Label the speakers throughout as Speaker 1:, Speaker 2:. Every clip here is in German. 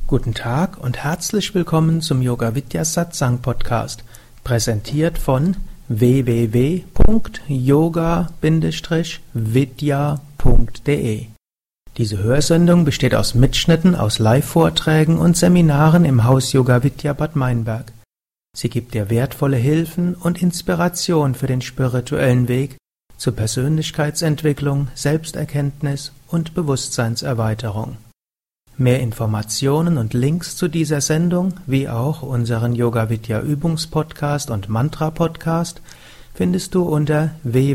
Speaker 1: Guten Tag und herzlich willkommen zum Yoga Vidya Satsang Podcast, präsentiert von www.yoga-vidya.de. Diese Hörsendung besteht aus Mitschnitten aus Live-Vorträgen und Seminaren im Haus Yoga Vidya Bad Meinberg. Sie gibt dir wertvolle Hilfen und Inspiration für den spirituellen Weg zur Persönlichkeitsentwicklung, Selbsterkenntnis und Bewusstseinserweiterung. Mehr Informationen und Links zu dieser Sendung, wie auch unseren Yoga Vidya Übungspodcast und Mantra Podcast, findest du unter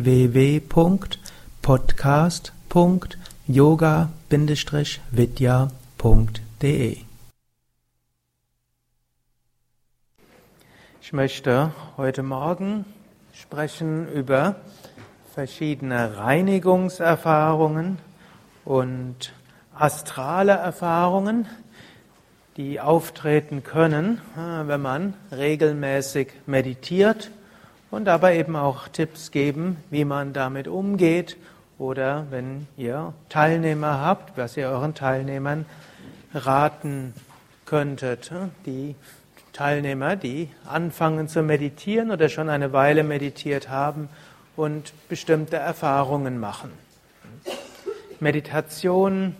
Speaker 1: www.podcast.yoga-vidya.de. Ich möchte heute Morgen sprechen über verschiedene Reinigungserfahrungen und astrale Erfahrungen, die auftreten können, wenn man regelmäßig meditiert, und dabei eben auch Tipps geben, wie man damit umgeht, oder wenn ihr Teilnehmer habt, was ihr euren Teilnehmern raten könntet. Die Teilnehmer, die anfangen zu meditieren oder schon eine Weile meditiert haben und bestimmte Erfahrungen machen. Meditation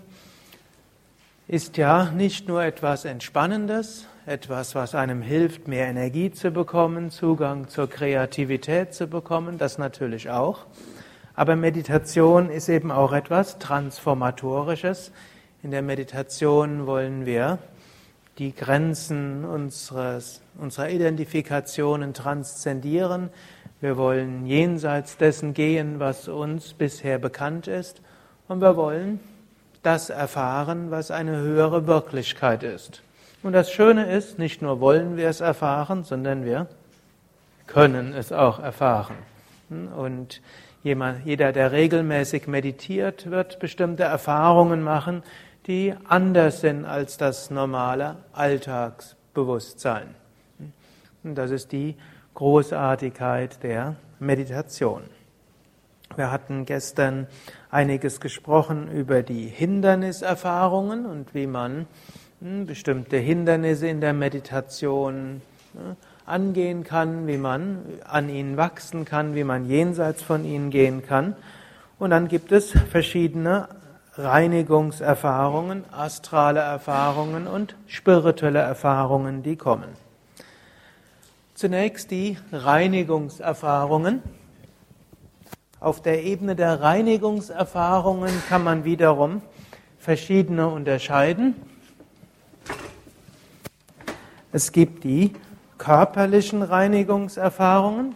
Speaker 1: ist ja nicht nur etwas Entspannendes, etwas, was einem hilft, mehr Energie zu bekommen, Zugang zur Kreativität zu bekommen, das natürlich auch. Aber Meditation ist eben auch etwas Transformatorisches. In der Meditation wollen wir die Grenzen unserer Identifikationen transzendieren. Wir wollen jenseits dessen gehen, was uns bisher bekannt ist. Und wir wollen das erfahren, was eine höhere Wirklichkeit ist. Und das Schöne ist, nicht nur wollen wir es erfahren, sondern wir können es auch erfahren. Und jeder, der regelmäßig meditiert, wird bestimmte Erfahrungen machen, die anders sind als das normale Alltagsbewusstsein. Und das ist die Großartigkeit der Meditation. Wir hatten gestern einiges gesprochen über die Hinderniserfahrungen und wie man bestimmte Hindernisse in der Meditation angehen kann, wie man an ihnen wachsen kann, wie man jenseits von ihnen gehen kann. Und dann gibt es verschiedene Reinigungserfahrungen, astrale Erfahrungen und spirituelle Erfahrungen, die kommen. Zunächst die Reinigungserfahrungen. Auf der Ebene der Reinigungserfahrungen kann man wiederum verschiedene unterscheiden. Es gibt die körperlichen Reinigungserfahrungen.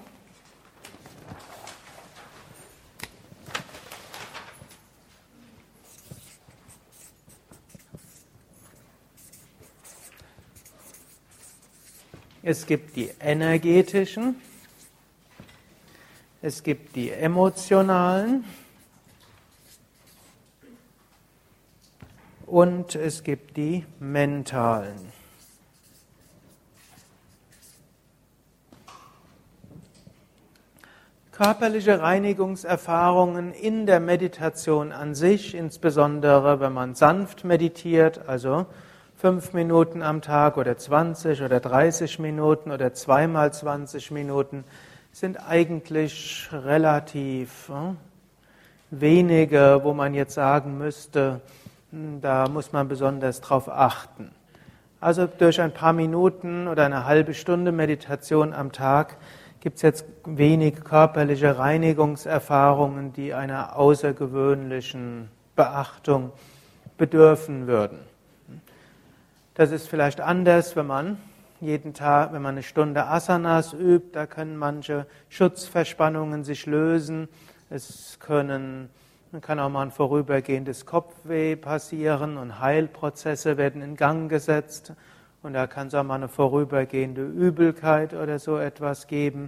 Speaker 1: Es gibt die energetischen. Es gibt die emotionalen und es gibt die mentalen. Körperliche Reinigungserfahrungen in der Meditation an sich, insbesondere wenn man sanft meditiert, also 5 Minuten am Tag oder 20 oder 30 Minuten oder zweimal 20 Minuten, sind eigentlich relativ wenige, wo man jetzt sagen müsste, da muss man besonders drauf achten. Also durch ein paar Minuten oder eine halbe Stunde Meditation am Tag gibt es jetzt wenig körperliche Reinigungserfahrungen, die einer außergewöhnlichen Beachtung bedürfen würden. Das ist vielleicht anders, wenn man jeden Tag, wenn man eine Stunde Asanas übt, da können manche Schutzverspannungen sich lösen. Man kann auch mal ein vorübergehendes Kopfweh passieren und Heilprozesse werden in Gang gesetzt. Und da kann es auch mal eine vorübergehende Übelkeit oder so etwas geben.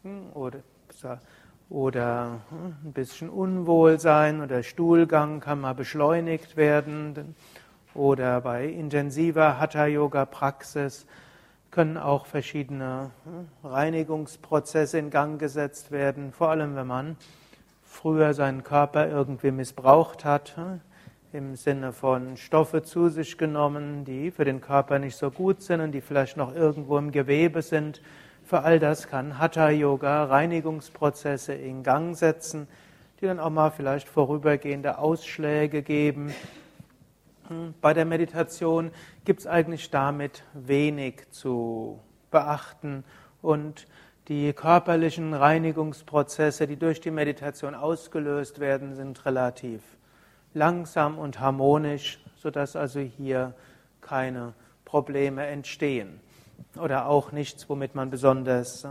Speaker 1: Oder ein bisschen Unwohlsein oder Stuhlgang kann mal beschleunigt werden. Oder bei intensiver Hatha-Yoga-Praxis können auch verschiedene Reinigungsprozesse in Gang gesetzt werden, vor allem wenn man früher seinen Körper irgendwie missbraucht hat. im Sinne von Stoffe zu sich genommen, die für den Körper nicht so gut sind und die vielleicht noch irgendwo im Gewebe sind. Für all das kann Hatha-Yoga Reinigungsprozesse in Gang setzen, die dann auch mal vielleicht vorübergehende Ausschläge geben. Bei der Meditation gibt es eigentlich damit wenig zu beachten und die körperlichen Reinigungsprozesse, die durch die Meditation ausgelöst werden, sind relativ langsam und harmonisch, sodass also hier keine Probleme entstehen oder auch nichts, worauf man besonders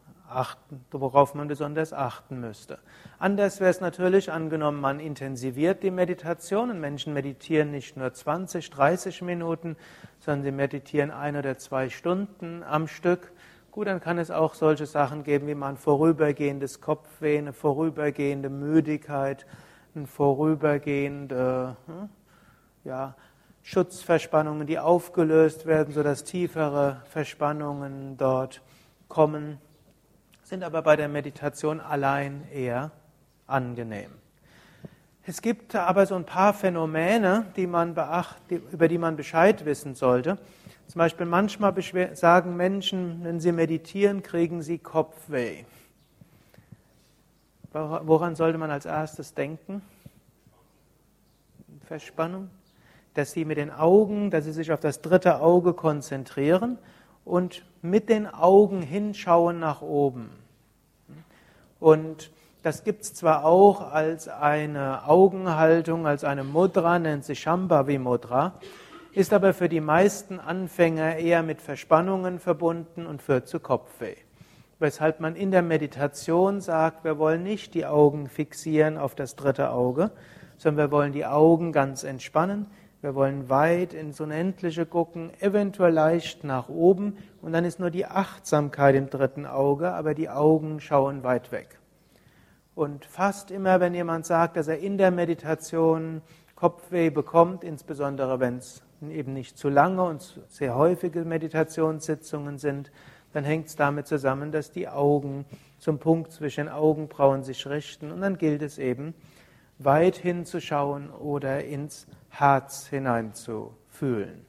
Speaker 1: achten müsste. Anders wäre es natürlich, angenommen, man intensiviert die Meditation und Menschen meditieren nicht nur 20, 30 Minuten, sondern sie meditieren 1 oder 2 Stunden am Stück. Gut, dann kann es auch solche Sachen geben, wie man vorübergehendes Kopfweh, eine vorübergehende Müdigkeit, eine vorübergehende Schutzverspannungen, die aufgelöst werden, sodass tiefere Verspannungen dort kommen, sind aber bei der Meditation allein eher angenehm. Es gibt aber so ein paar Phänomene, über die man Bescheid wissen sollte. Zum Beispiel manchmal sagen Menschen, wenn sie meditieren, kriegen sie Kopfweh. Woran sollte man als erstes denken? Verspannung? Dass sie sich auf das dritte Auge konzentrieren und mit den Augen hinschauen nach oben. Und das gibt es zwar auch als eine Augenhaltung, als eine Mudra, nennt sich Shambhavi Mudra, ist aber für die meisten Anfänger eher mit Verspannungen verbunden und führt zu Kopfweh. Weshalb man in der Meditation sagt, wir wollen nicht die Augen fixieren auf das dritte Auge, sondern wir wollen die Augen ganz entspannen. Wir wollen weit ins Unendliche gucken, eventuell leicht nach oben und dann ist nur die Achtsamkeit im dritten Auge, aber die Augen schauen weit weg. Und fast immer, wenn jemand sagt, dass er in der Meditation Kopfweh bekommt, insbesondere wenn es eben nicht zu lange und sehr häufige Meditationssitzungen sind, dann hängt es damit zusammen, dass die Augen zum Punkt zwischen den Augenbrauen sich richten und dann gilt es eben, weit hinzuschauen oder ins Herz hineinzufühlen.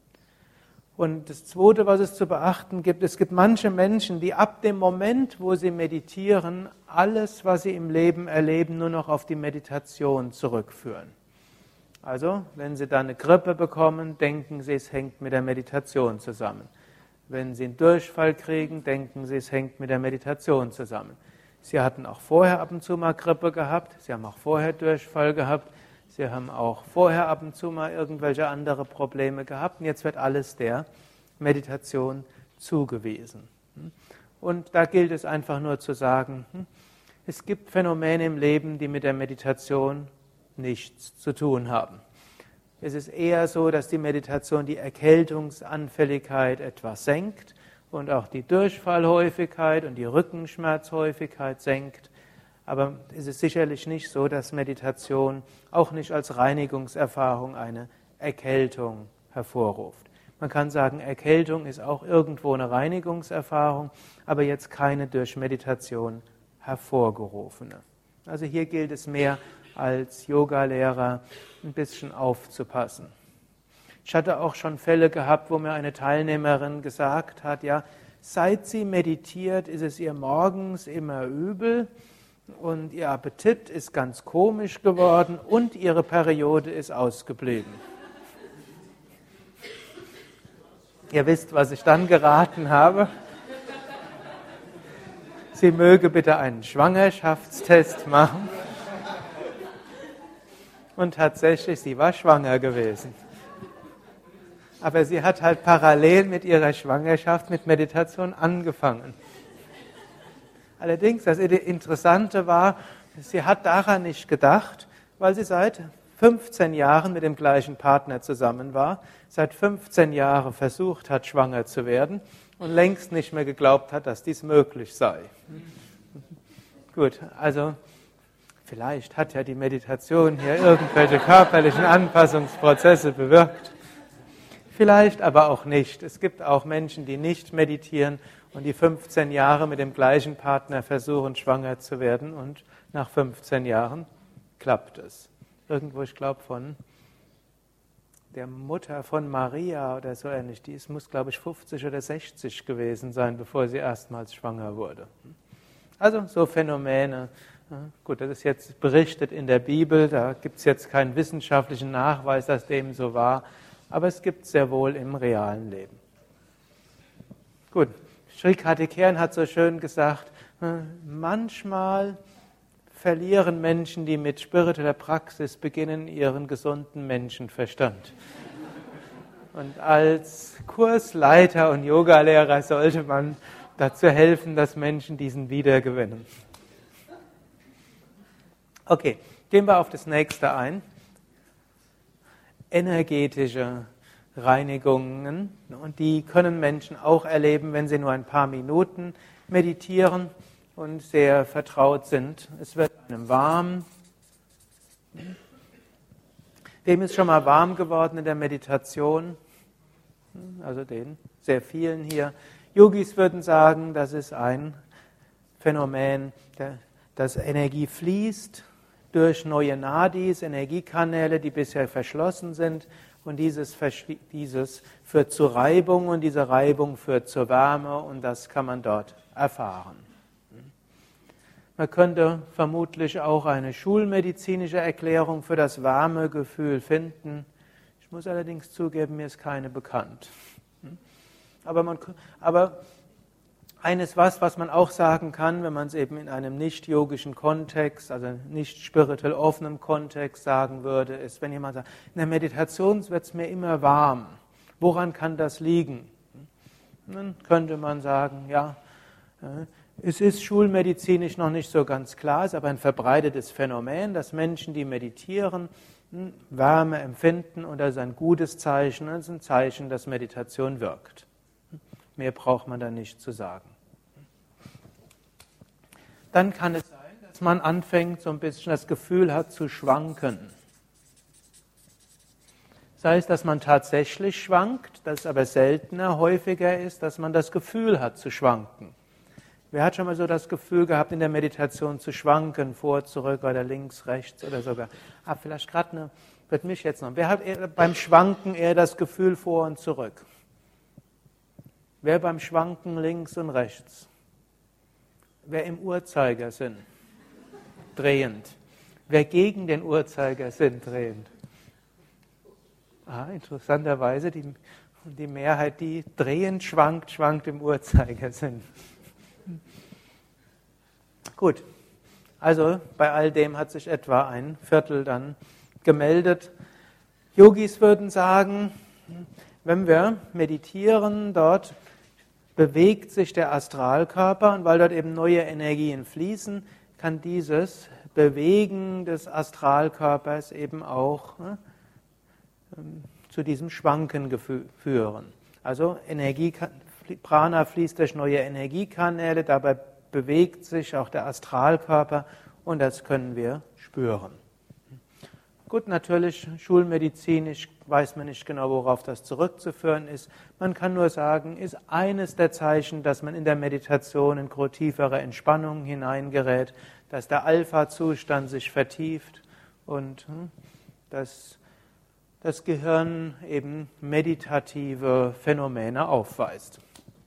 Speaker 1: Und das Zweite, was es zu beachten gibt, es gibt manche Menschen, die ab dem Moment, wo sie meditieren, alles, was sie im Leben erleben, nur noch auf die Meditation zurückführen. Also, wenn sie dann eine Grippe bekommen, denken sie, es hängt mit der Meditation zusammen. Wenn sie einen Durchfall kriegen, denken sie, es hängt mit der Meditation zusammen. Sie hatten auch vorher ab und zu mal Grippe gehabt, sie haben auch vorher Durchfall gehabt, sie haben auch vorher ab und zu mal irgendwelche andere Probleme gehabt und jetzt wird alles der Meditation zugewiesen. Und da gilt es einfach nur zu sagen, es gibt Phänomene im Leben, die mit der Meditation nichts zu tun haben. Es ist eher so, dass die Meditation die Erkältungsanfälligkeit etwas senkt und auch die Durchfallhäufigkeit und die Rückenschmerzhäufigkeit senkt. Aber es ist sicherlich nicht so, dass Meditation auch nicht als Reinigungserfahrung eine Erkältung hervorruft. Man kann sagen, Erkältung ist auch irgendwo eine Reinigungserfahrung, aber jetzt keine durch Meditation hervorgerufene. Also hier gilt es mehr als Yogalehrer ein bisschen aufzupassen. Ich hatte auch schon Fälle gehabt, wo mir eine Teilnehmerin gesagt hat, ja, seit sie meditiert, ist es ihr morgens immer übel und ihr Appetit ist ganz komisch geworden und ihre Periode ist ausgeblieben. Ihr wisst, was ich dann geraten habe. Sie möge bitte einen Schwangerschaftstest machen. Und tatsächlich, sie war schwanger gewesen. Aber sie hat halt parallel mit ihrer Schwangerschaft mit Meditation angefangen. Allerdings, das Interessante war, sie hat daran nicht gedacht, weil sie seit 15 Jahren mit dem gleichen Partner zusammen war, seit 15 Jahren versucht hat, schwanger zu werden und längst nicht mehr geglaubt hat, dass dies möglich sei. Gut, also vielleicht hat ja die Meditation hier irgendwelche körperlichen Anpassungsprozesse bewirkt. Vielleicht aber auch nicht. Es gibt auch Menschen, die nicht meditieren und die 15 Jahre mit dem gleichen Partner versuchen, schwanger zu werden und nach 15 Jahren klappt es. Irgendwo, ich glaube, von der Mutter von Maria oder so ähnlich, muss, glaube ich, 50 oder 60 gewesen sein, bevor sie erstmals schwanger wurde. Also so Phänomene. Gut, das ist jetzt berichtet in der Bibel, da gibt es jetzt keinen wissenschaftlichen Nachweis, dass dem so war, aber es gibt es sehr wohl im realen Leben. Gut, Sri Karthikeyan hat so schön gesagt, manchmal verlieren Menschen, die mit spiritueller Praxis beginnen, ihren gesunden Menschenverstand. Und als Kursleiter und Yogalehrer sollte man dazu helfen, dass Menschen diesen wiedergewinnen. Okay, gehen wir auf das nächste ein. Energetische Reinigungen. Und die können Menschen auch erleben, wenn sie nur ein paar Minuten meditieren und sehr vertraut sind. Es wird einem warm. Wem ist schon mal warm geworden in der Meditation? Also den sehr vielen hier. Yogis würden sagen, das ist ein Phänomen, dass Energie fließt durch neue Nadis, Energiekanäle, die bisher verschlossen sind. Und dieses führt zu Reibung und diese Reibung führt zur Wärme und das kann man dort erfahren. Man könnte vermutlich auch eine schulmedizinische Erklärung für das Wärmegefühl finden. Ich muss allerdings zugeben, mir ist keine bekannt. Aber eines was man auch sagen kann, wenn man es eben in einem nicht-yogischen Kontext, also nicht spirituell offenen Kontext sagen würde, ist, wenn jemand sagt, in der Meditation wird es mir immer warm. Woran kann das liegen? Dann könnte man sagen, ja, es ist schulmedizinisch noch nicht so ganz klar, ist aber ein verbreitetes Phänomen, dass Menschen, die meditieren, Wärme empfinden und das ist ein gutes Zeichen, das ist ein Zeichen, dass Meditation wirkt. Mehr braucht man da nicht zu sagen. Dann kann es sein, dass man anfängt, so ein bisschen das Gefühl hat zu schwanken. Das heißt, dass man tatsächlich schwankt, dass es aber seltener, häufiger ist, dass man das Gefühl hat zu schwanken. Wer hat schon mal so das Gefühl gehabt, in der Meditation zu schwanken, vor, zurück oder links, rechts oder sogar? Vielleicht gerade wird mich jetzt noch. Wer hat beim Schwanken eher das Gefühl vor und zurück? Wer beim Schwanken links und rechts? Wer im Uhrzeigersinn? Drehend. Wer gegen den Uhrzeigersinn drehend? Interessanterweise, die Mehrheit, die drehend schwankt im Uhrzeigersinn. Gut, also bei all dem hat sich etwa ein Viertel dann gemeldet. Yogis würden sagen, wenn wir meditieren, dort bewegt sich der Astralkörper und weil dort eben neue Energien fließen, kann dieses Bewegen des Astralkörpers eben auch zu diesem Schwanken führen. Also Prana fließt durch neue Energiekanäle, dabei bewegt sich auch der Astralkörper und das können wir spüren. Gut, natürlich, schulmedizinisch weiß man nicht genau, worauf das zurückzuführen ist. Man kann nur sagen, ist eines der Zeichen, dass man in der Meditation in tiefere Entspannung hineingerät, dass der Alpha-Zustand sich vertieft und dass das Gehirn eben meditative Phänomene aufweist.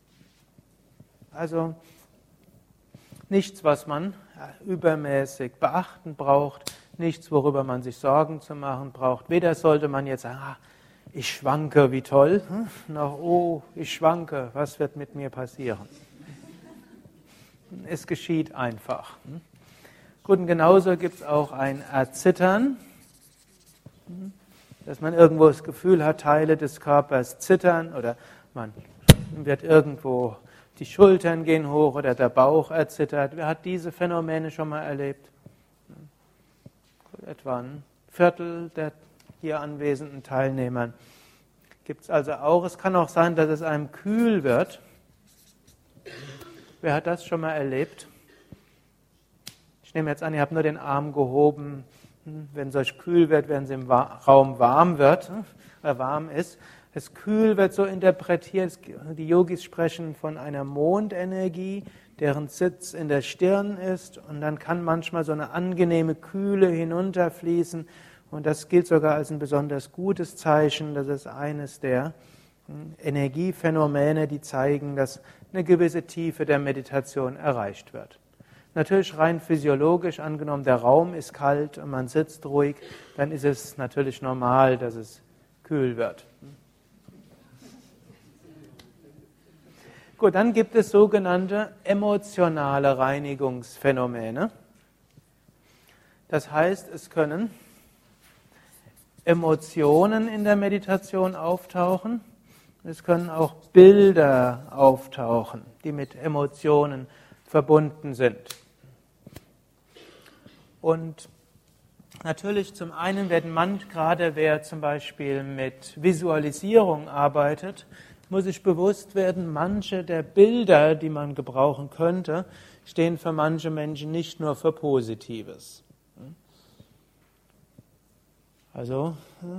Speaker 1: Also nichts, was man übermäßig beachten braucht, nichts, worüber man sich Sorgen zu machen braucht. Weder sollte man jetzt sagen, ich schwanke, wie toll, noch, oh, ich schwanke, was wird mit mir passieren? Es geschieht einfach. Gut, und genauso gibt es auch ein Erzittern, dass man irgendwo das Gefühl hat, Teile des Körpers zittern oder man wird irgendwo, die Schultern gehen hoch oder der Bauch erzittert. Wer hat diese Phänomene schon mal erlebt? Etwa ein Viertel der hier anwesenden Teilnehmern gibt es also auch. Es kann auch sein, dass es einem kühl wird. Wer hat das schon mal erlebt? Ich nehme jetzt an, ihr habt nur den Arm gehoben. Wenn es euch kühl wird, wenn es im Raum warm wird, oder warm ist. Es kühl wird so interpretiert, die Yogis sprechen von einer Mondenergie, deren Sitz in der Stirn ist und dann kann manchmal so eine angenehme Kühle hinunterfließen Und das gilt sogar als ein besonders gutes Zeichen. Das ist eines der Energiephänomene, die zeigen, dass eine gewisse Tiefe der Meditation erreicht wird. Natürlich rein physiologisch, angenommen der Raum ist kalt und man sitzt ruhig, dann ist es natürlich normal, dass es kühl wird. Gut, dann gibt es sogenannte emotionale Reinigungsphänomene. Das heißt, es können Emotionen in der Meditation auftauchen. Es können auch Bilder auftauchen, die mit Emotionen verbunden sind. Und natürlich zum einen gerade wer zum Beispiel mit Visualisierung arbeitet, muss sich bewusst werden, manche der Bilder, die man gebrauchen könnte, stehen für manche Menschen nicht nur für Positives. Also,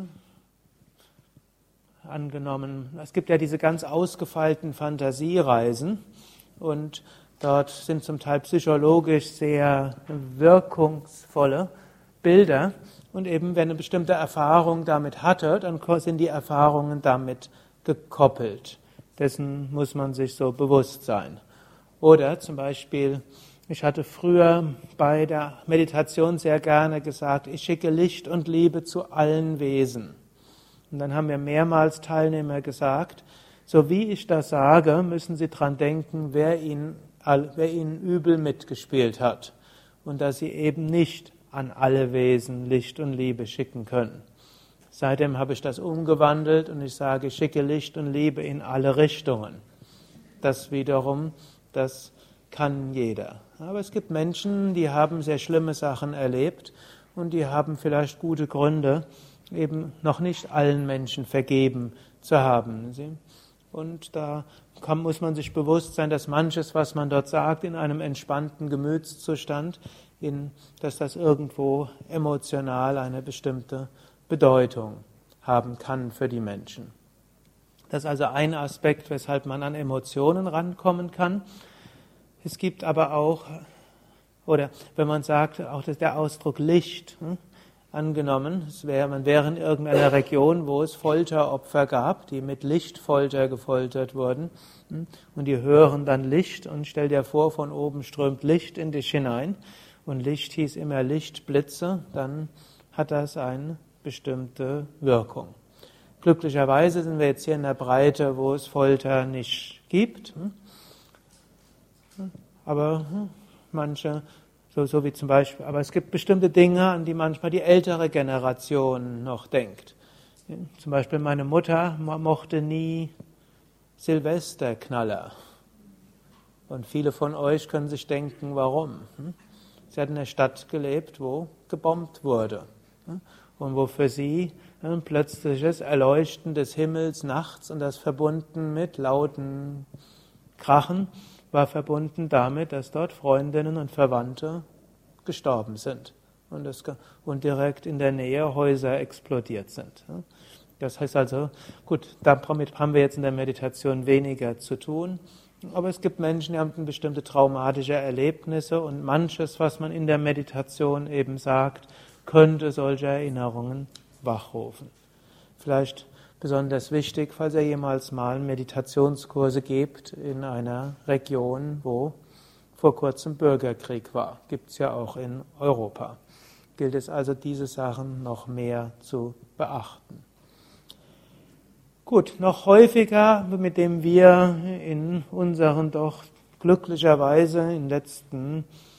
Speaker 1: angenommen, es gibt ja diese ganz ausgefeilten Fantasiereisen und dort sind zum Teil psychologisch sehr wirkungsvolle Bilder und eben, wenn eine bestimmte Erfahrung damit hatte, dann sind die Erfahrungen damit gekoppelt. Dessen muss man sich so bewusst sein. Oder zum Beispiel, ich hatte früher bei der Meditation sehr gerne gesagt, ich schicke Licht und Liebe zu allen Wesen. Und dann haben mir mehrmals Teilnehmer gesagt, so wie ich das sage, müssen Sie dran denken, wer Ihnen übel mitgespielt hat. Und dass Sie eben nicht an alle Wesen Licht und Liebe schicken können. Seitdem habe ich das umgewandelt und ich sage, ich schicke Licht und Liebe in alle Richtungen. Das wiederum, das kann jeder. Aber es gibt Menschen, die haben sehr schlimme Sachen erlebt und die haben vielleicht gute Gründe, eben noch nicht allen Menschen vergeben zu haben. Und da muss man sich bewusst sein, dass manches, was man dort sagt, in einem entspannten Gemütszustand, dass das irgendwo emotional eine bestimmte Bedeutung haben kann für die Menschen. Das ist also ein Aspekt, weshalb man an Emotionen rankommen kann. Es gibt aber auch, oder wenn man sagt, auch der Ausdruck Licht, angenommen, man wäre in irgendeiner Region, wo es Folteropfer gab, die mit Lichtfolter gefoltert wurden, und die hören dann Licht und stell dir vor, von oben strömt Licht in dich hinein und Licht hieß immer Lichtblitze, dann hat das eine bestimmte Wirkung. Glücklicherweise sind wir jetzt hier in der Breite, wo es Folter nicht gibt, aber manche, so wie zum Beispiel, aber es gibt bestimmte Dinge, an die manchmal die ältere Generation noch denkt. Zum Beispiel meine Mutter mochte nie Silvesterknaller. Und viele von euch können sich denken, warum. Sie hat in einer Stadt gelebt, wo gebombt wurde. Und wo für sie ein plötzliches Erleuchten des Himmels nachts und das verbunden mit lauten Krachen war verbunden damit, dass dort Freundinnen und Verwandte gestorben sind und direkt in der Nähe Häuser explodiert sind. Das heißt also, gut, damit haben wir jetzt in der Meditation weniger zu tun, aber es gibt Menschen, die haben bestimmte traumatische Erlebnisse und manches, was man in der Meditation eben sagt, könnte solche Erinnerungen wachrufen. Vielleicht besonders wichtig, falls ihr jemals mal Meditationskurse gebt in einer Region, wo vor kurzem Bürgerkrieg war. Gibt es ja auch in Europa. Gilt es also, diese Sachen noch mehr zu beachten. Gut, noch häufiger, mit dem wir in unseren doch glücklicherweise in den letzten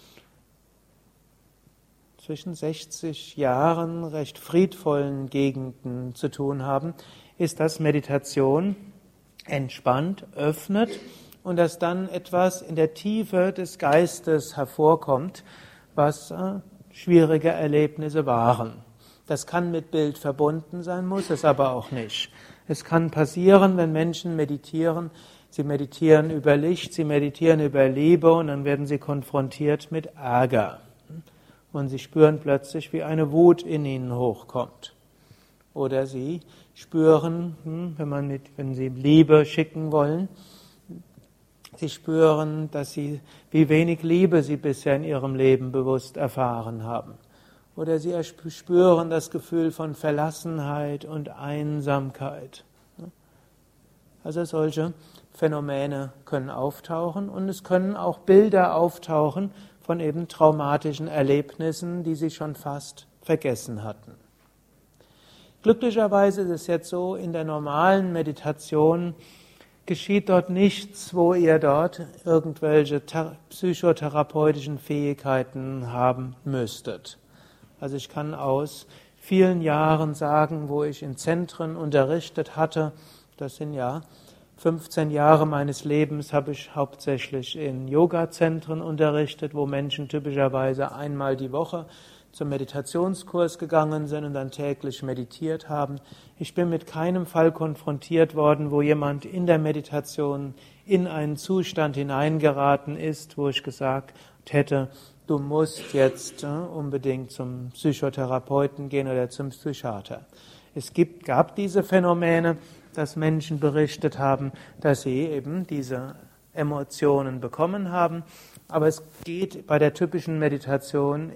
Speaker 1: zwischen 60 Jahren recht friedvollen Gegenden zu tun haben, ist, dass Meditation entspannt, öffnet und dass dann etwas in der Tiefe des Geistes hervorkommt, was schwierige Erlebnisse waren. Das kann mit Bild verbunden sein, muss es aber auch nicht. Es kann passieren, wenn Menschen meditieren, sie meditieren über Licht, sie meditieren über Liebe und dann werden sie konfrontiert mit Ärger. Und sie spüren plötzlich, wie eine Wut in ihnen hochkommt. Oder sie spüren, wenn sie Liebe schicken wollen, sie spüren, wie wenig Liebe sie bisher in ihrem Leben bewusst erfahren haben. oder sie spüren das Gefühl von Verlassenheit und Einsamkeit. Also solche Phänomene können auftauchen und es können auch Bilder auftauchen von eben traumatischen Erlebnissen, die sie schon fast vergessen hatten. Glücklicherweise ist es jetzt so, in der normalen Meditation geschieht dort nichts, wo ihr dort irgendwelche psychotherapeutischen Fähigkeiten haben müsstet. Also ich kann aus vielen Jahren sagen, wo ich in Zentren unterrichtet hatte, das sind ja 15 Jahre meines Lebens, habe ich hauptsächlich in Yoga-Zentren unterrichtet, wo Menschen typischerweise einmal die Woche zum Meditationskurs gegangen sind und dann täglich meditiert haben. Ich bin mit keinem Fall konfrontiert worden, wo jemand in der Meditation in einen Zustand hineingeraten ist, wo ich gesagt hätte, du musst jetzt unbedingt zum Psychotherapeuten gehen oder zum Psychiater. Es gab diese Phänomene, dass Menschen berichtet haben, dass sie eben diese Emotionen bekommen haben, aber es geht bei der typischen Meditation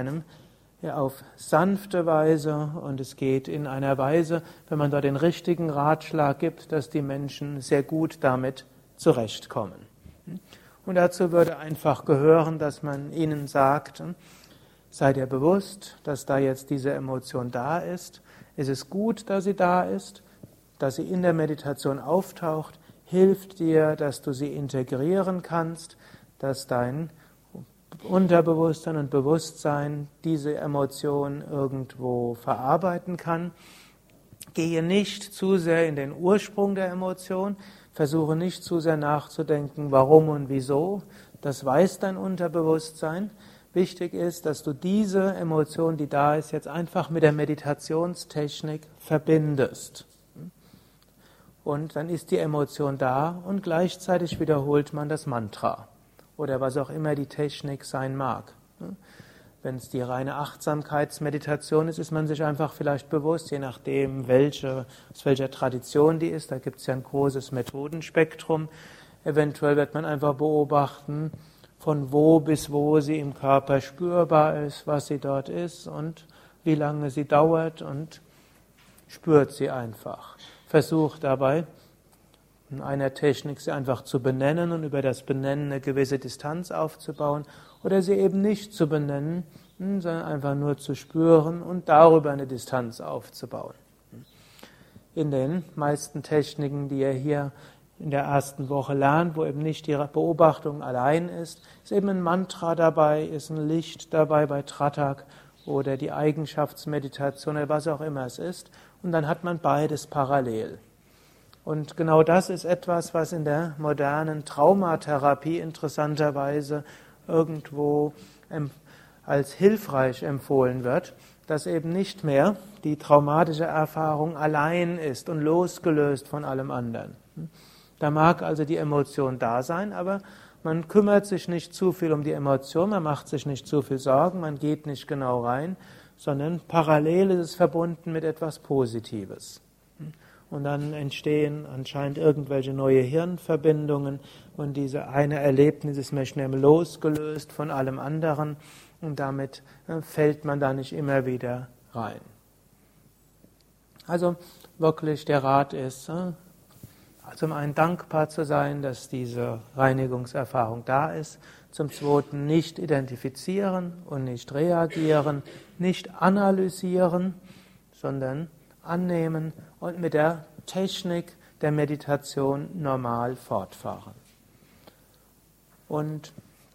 Speaker 1: auf sanfte Weise und es geht in einer Weise, wenn man da den richtigen Ratschlag gibt, dass die Menschen sehr gut damit zurechtkommen. Und dazu würde einfach gehören, dass man ihnen sagt, sei dir bewusst, dass da jetzt diese Emotion da ist. Es ist gut, dass sie da ist, dass sie in der Meditation auftaucht, hilft dir, dass du sie integrieren kannst, dass dein Unterbewusstsein und Bewusstsein diese Emotion irgendwo verarbeiten kann. Gehe nicht zu sehr in den Ursprung der Emotion, versuche nicht zu sehr nachzudenken, warum und wieso. Das weiß dein Unterbewusstsein. Wichtig ist, dass du diese Emotion, die da ist, jetzt einfach mit der Meditationstechnik verbindest. Und dann ist die Emotion da und gleichzeitig wiederholt man das Mantra oder was auch immer die Technik sein mag. Wenn es die reine Achtsamkeitsmeditation ist, ist man sich einfach vielleicht bewusst, je nachdem, aus welcher Tradition die ist. Da gibt es ja ein großes Methodenspektrum. Eventuell wird man einfach beobachten, von wo bis wo sie im Körper spürbar ist, was sie dort ist und wie lange sie dauert und spürt sie einfach. Versucht dabei, in einer Technik sie einfach zu benennen und über das Benennen eine gewisse Distanz aufzubauen oder sie eben nicht zu benennen, sondern einfach nur zu spüren und darüber eine Distanz aufzubauen. In den meisten Techniken, die ihr hier in der ersten Woche lernt, wo eben nicht die Beobachtung allein ist eben ein Mantra dabei, ist ein Licht dabei bei Tratak oder die Eigenschaftsmeditation oder was auch immer es ist. Und dann hat man beides parallel. Und genau das ist etwas, was in der modernen Traumatherapie interessanterweise irgendwo als hilfreich empfohlen wird, dass eben nicht mehr die traumatische Erfahrung allein ist und losgelöst von allem anderen. Da mag also die Emotion da sein, aber man kümmert sich nicht zu viel um die Emotion, man macht sich nicht zu viel Sorgen, man geht nicht genau rein, sondern parallel ist es verbunden mit etwas Positives. Und dann entstehen anscheinend irgendwelche neue Hirnverbindungen und diese eine Erlebnis ist mehr schnell losgelöst von allem anderen und damit fällt man da nicht immer wieder rein. Also wirklich der Rat ist, zum einen dankbar zu sein, dass diese Reinigungserfahrung da ist, zum zweiten nicht identifizieren und nicht reagieren, nicht analysieren, sondern annehmen und mit der Technik der Meditation normal fortfahren. Und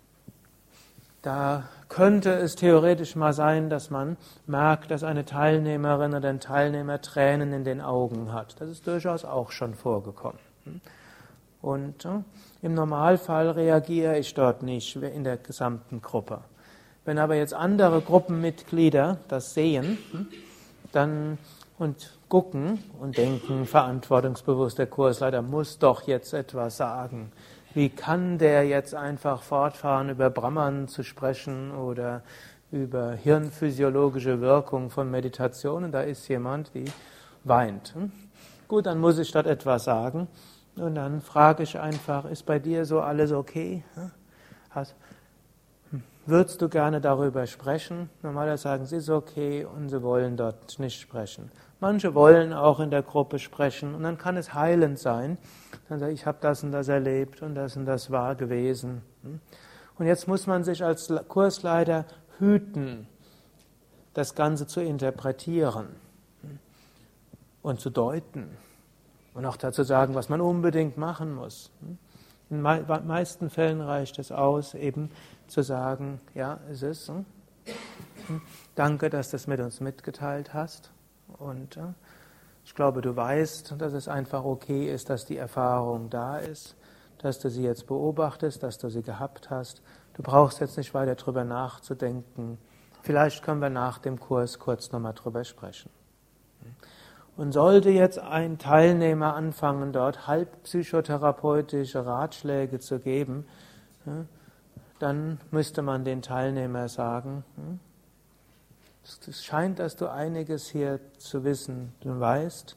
Speaker 1: da könnte es theoretisch mal sein, dass man merkt, dass eine Teilnehmerin oder ein Teilnehmer Tränen in den Augen hat. Das ist durchaus auch schon vorgekommen. Und im Normalfall reagiere ich dort nicht in der gesamten Gruppe. Wenn aber jetzt andere Gruppenmitglieder das sehen, dann und gucken und denken, verantwortungsbewusst, der Kursleiter muss doch jetzt etwas sagen. Wie kann der jetzt einfach fortfahren, über Brahman zu sprechen oder über hirnphysiologische Wirkung von Meditationen? Da ist jemand, die weint. Gut, dann muss ich dort etwas sagen. Und dann frage ich einfach, ist bei dir so alles okay? Würdest du gerne darüber sprechen? Normalerweise sagen sie, es ist okay und sie wollen dort nicht sprechen. Manche wollen auch in der Gruppe sprechen und dann kann es heilend sein. Dann sage ich, habe das und das erlebt und das war gewesen. Und jetzt muss man sich als Kursleiter hüten, das Ganze zu interpretieren und zu deuten und auch dazu sagen, was man unbedingt machen muss. In den meisten Fällen reicht es aus, eben zu sagen, ja, es ist. Danke, dass du es mit uns mitgeteilt hast. Und ich glaube, du weißt, dass es einfach okay ist, dass die Erfahrung da ist, dass du sie jetzt beobachtest, dass du sie gehabt hast. Du brauchst jetzt nicht weiter drüber nachzudenken. Vielleicht können wir nach dem Kurs kurz nochmal drüber sprechen. Und sollte jetzt ein Teilnehmer anfangen, dort halbpsychotherapeutische Ratschläge zu geben, dann müsste man den Teilnehmer sagen, es scheint, dass du einiges hier zu wissen weißt,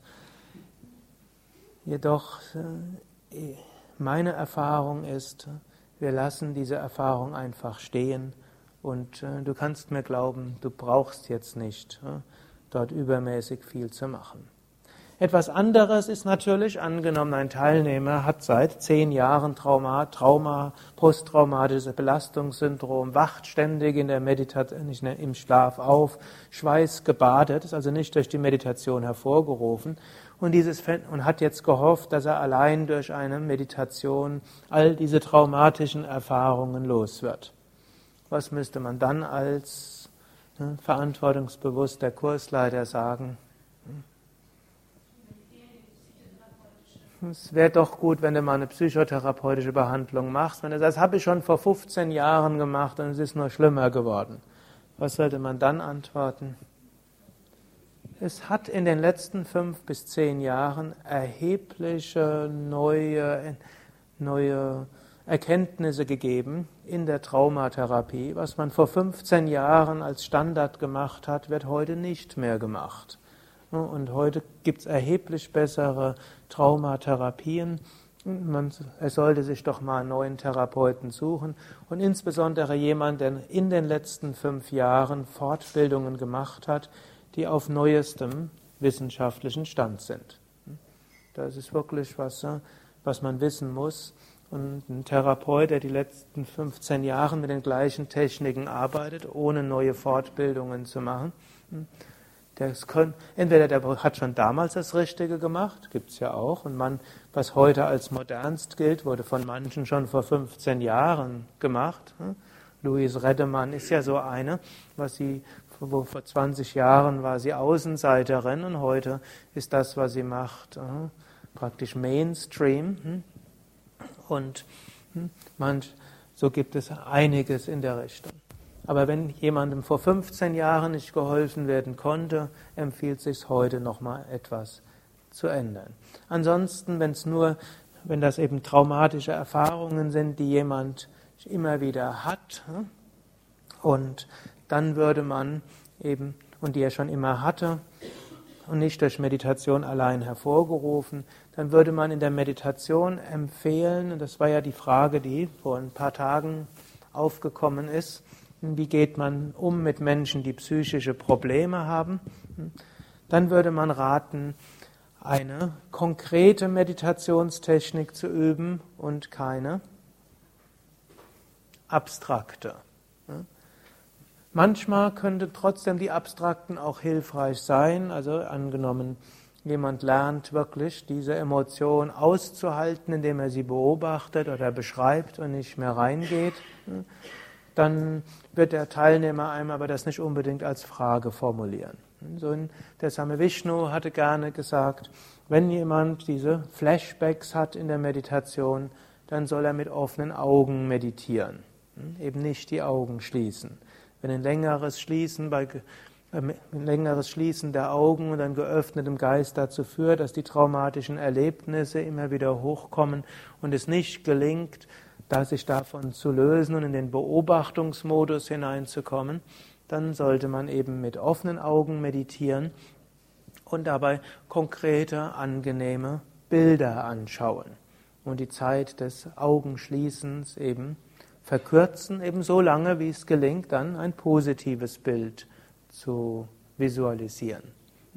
Speaker 1: jedoch meine Erfahrung ist, wir lassen diese Erfahrung einfach stehen und du kannst mir glauben, du brauchst jetzt nicht dort übermäßig viel zu machen. Etwas anderes ist natürlich, angenommen ein Teilnehmer hat seit 10 Jahren Trauma, posttraumatisches Belastungssyndrom, wacht ständig in der im Schlaf auf, schweißgebadet, ist also nicht durch die Meditation hervorgerufen und hat jetzt gehofft, dass er allein durch eine Meditation all diese traumatischen Erfahrungen los wird. Was müsste man dann als verantwortungsbewusster Kursleiter sagen? Es wäre doch gut, wenn du mal eine psychotherapeutische Behandlung machst. Wenn du sagst, das habe ich schon vor 15 Jahren gemacht und es ist nur schlimmer geworden. Was sollte man dann antworten? Es hat in den letzten 5 bis 10 Jahren erhebliche neue Erkenntnisse gegeben in der Traumatherapie. Was man vor 15 Jahren als Standard gemacht hat, wird heute nicht mehr gemacht. Und heute gibt es erheblich bessere Traumatherapien. Er sollte sich doch mal einen neuen Therapeuten suchen und insbesondere jemand, der in den letzten 5 Jahren Fortbildungen gemacht hat, die auf neuestem wissenschaftlichen Stand sind. Das ist wirklich was man wissen muss. Und ein Therapeut, der die letzten 15 Jahre mit den gleichen Techniken arbeitet, ohne neue Fortbildungen zu machen, entweder der hat schon damals das Richtige gemacht, gibt es ja auch, und was heute als modernst gilt, wurde von manchen schon vor 15 Jahren gemacht. Louise Reddemann ist ja so eine, vor 20 Jahren war sie Außenseiterin und heute ist das, was sie macht, praktisch Mainstream. Und so gibt es einiges in der Richtung. Aber wenn jemandem vor 15 Jahren nicht geholfen werden konnte, empfiehlt es sich heute nochmal etwas zu ändern. Ansonsten, wenn das eben traumatische Erfahrungen sind, die jemand immer wieder hat, und dann würde man eben, und die er schon immer hatte, und nicht durch Meditation allein hervorgerufen, dann würde man in der Meditation empfehlen, und das war ja die Frage, die vor ein paar Tagen aufgekommen ist, wie geht man um mit Menschen, die psychische Probleme haben? Dann würde man raten, eine konkrete Meditationstechnik zu üben und keine abstrakte. Manchmal könnte trotzdem die abstrakten auch hilfreich sein. Also angenommen, jemand lernt wirklich diese Emotion auszuhalten, indem er sie beobachtet oder beschreibt und nicht mehr reingeht. Dann wird der Teilnehmer einem aber das nicht unbedingt als Frage formulieren. Der Same Vishnu hatte gerne gesagt, wenn jemand diese Flashbacks hat in der Meditation, dann soll er mit offenen Augen meditieren, eben nicht die Augen schließen. Wenn ein längeres Schließen der Augen und ein geöffnetem Geist dazu führt, dass die traumatischen Erlebnisse immer wieder hochkommen und es nicht gelingt, sich davon zu lösen und in den Beobachtungsmodus hineinzukommen, dann sollte man eben mit offenen Augen meditieren und dabei konkrete, angenehme Bilder anschauen und die Zeit des Augenschließens eben verkürzen, eben so lange, wie es gelingt, dann ein positives Bild zu visualisieren.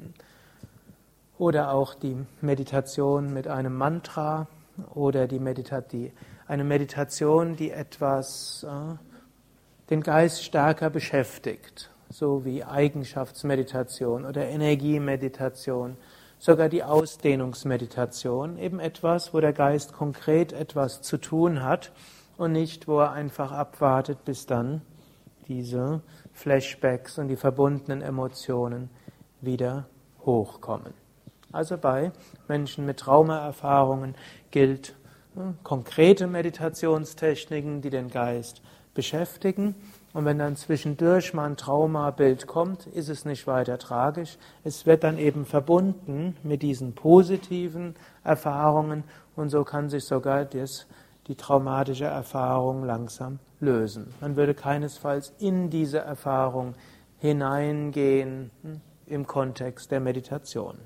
Speaker 1: Oder auch die Meditation mit einem Mantra oder eine Meditation, die den Geist stärker beschäftigt, so wie Eigenschaftsmeditation oder Energiemeditation, sogar die Ausdehnungsmeditation, eben etwas, wo der Geist konkret etwas zu tun hat und nicht, wo er einfach abwartet, bis dann diese Flashbacks und die verbundenen Emotionen wieder hochkommen. Also bei Menschen mit Traumaerfahrungen gilt konkrete Meditationstechniken, die den Geist beschäftigen. Und wenn dann zwischendurch mal ein Traumabild kommt, ist es nicht weiter tragisch. Es wird dann eben verbunden mit diesen positiven Erfahrungen und so kann sich sogar die traumatische Erfahrung langsam lösen. Man würde keinesfalls in diese Erfahrung hineingehen im Kontext der Meditation.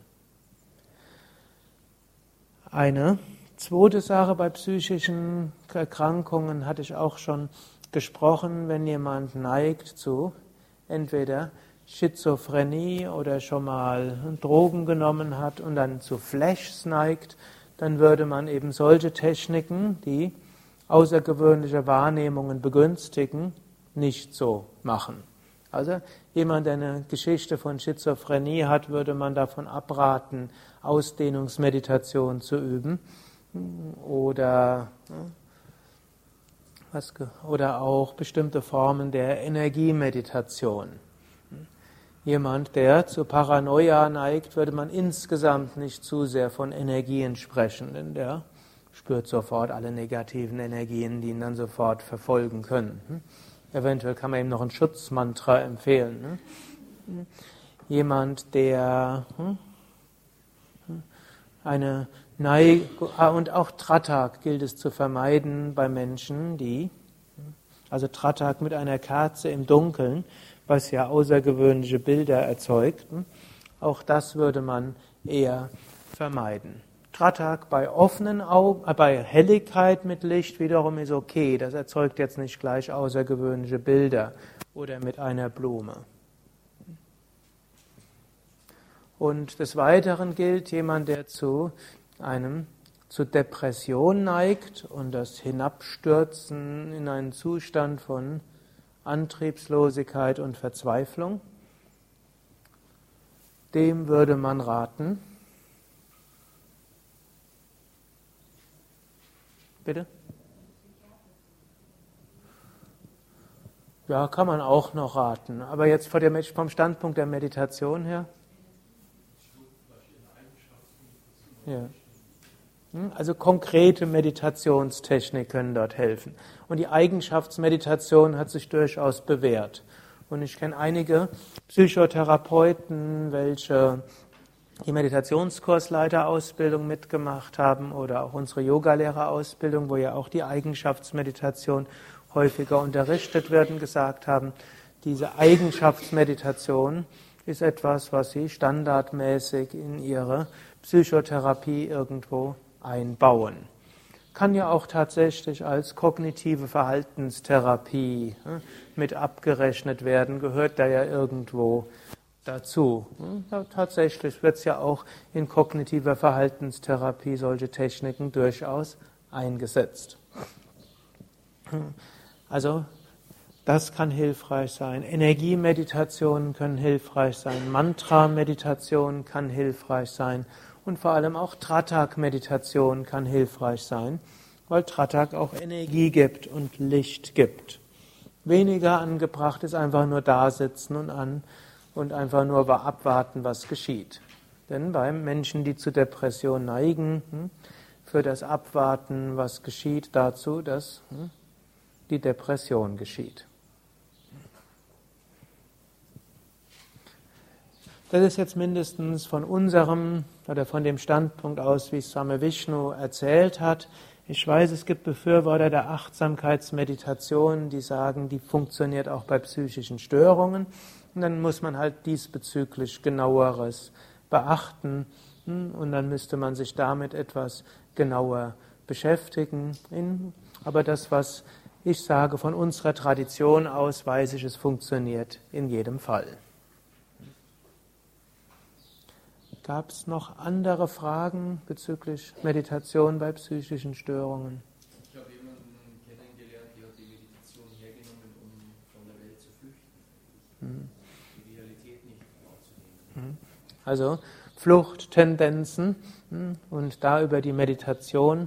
Speaker 1: Eine zweite Sache bei psychischen Erkrankungen hatte ich auch schon gesprochen, wenn jemand neigt zu entweder Schizophrenie oder schon mal Drogen genommen hat und dann zu Flashs neigt, dann würde man eben solche Techniken, die außergewöhnliche Wahrnehmungen begünstigen, nicht so machen. Also jemand, der eine Geschichte von Schizophrenie hat, würde man davon abraten, Ausdehnungsmeditation zu üben oder auch bestimmte Formen der Energiemeditation. Jemand, der zu Paranoia neigt, würde man insgesamt nicht zu sehr von Energien sprechen, denn der spürt sofort alle negativen Energien, die ihn dann sofort verfolgen können. Eventuell kann man ihm noch ein Schutzmantra empfehlen. Jemand, der und auch Tratak gilt es zu vermeiden bei Menschen, also Tratak mit einer Kerze im Dunkeln, was ja außergewöhnliche Bilder erzeugt, auch das würde man eher vermeiden. Tratak bei offenen Augen, bei Helligkeit mit Licht wiederum ist okay, das erzeugt jetzt nicht gleich außergewöhnliche Bilder oder mit einer Blume. Und des Weiteren gilt, jemand, der zu Depression neigt und das Hinabstürzen in einen Zustand von Antriebslosigkeit und Verzweiflung, dem würde man raten. Bitte? Ja, kann man auch noch raten. Aber jetzt vom Standpunkt der Meditation her? Ja. Also konkrete Meditationstechnik können dort helfen. Und die Eigenschaftsmeditation hat sich durchaus bewährt. Und ich kenne einige Psychotherapeuten, welche die Meditationskursleiterausbildung mitgemacht haben oder auch unsere Yogalehrerausbildung, wo ja auch die Eigenschaftsmeditation häufiger unterrichtet wird, und gesagt haben, diese Eigenschaftsmeditation ist etwas, was sie standardmäßig in ihre Psychotherapie irgendwo einbauen. Kann ja auch tatsächlich als kognitive Verhaltenstherapie mit abgerechnet werden, gehört da ja irgendwo dazu. Ja, tatsächlich wird es ja auch in kognitiver Verhaltenstherapie solche Techniken durchaus eingesetzt. Also das kann hilfreich sein. Energiemeditationen können hilfreich sein. Mantra-Meditation kann hilfreich sein. Und vor allem auch Tratak-Meditation kann hilfreich sein, weil Tratak auch Energie gibt und Licht gibt. Weniger angebracht ist einfach nur da sitzen und einfach nur abwarten, was geschieht. Denn bei Menschen, die zu Depression neigen, führt das Abwarten, was geschieht, dazu, dass die Depression geschieht. Das ist jetzt mindestens von unserem oder von dem Standpunkt aus, wie Swami Vishnu erzählt hat. Ich weiß, es gibt Befürworter der Achtsamkeitsmeditation, die sagen, die funktioniert auch bei psychischen Störungen. Und dann muss man halt diesbezüglich genaueres beachten und dann müsste man sich damit etwas genauer beschäftigen. Aber das, was Ich sage, von unserer Tradition aus weiß ich, es funktioniert in jedem Fall. Gab es noch andere Fragen bezüglich Meditation bei psychischen Störungen?
Speaker 2: Ich habe jemanden kennengelernt, der hat die Meditation hergenommen, um von der Welt zu flüchten, die Realität nicht wahrzunehmen.
Speaker 1: Also Fluchttendenzen und da über die Meditation.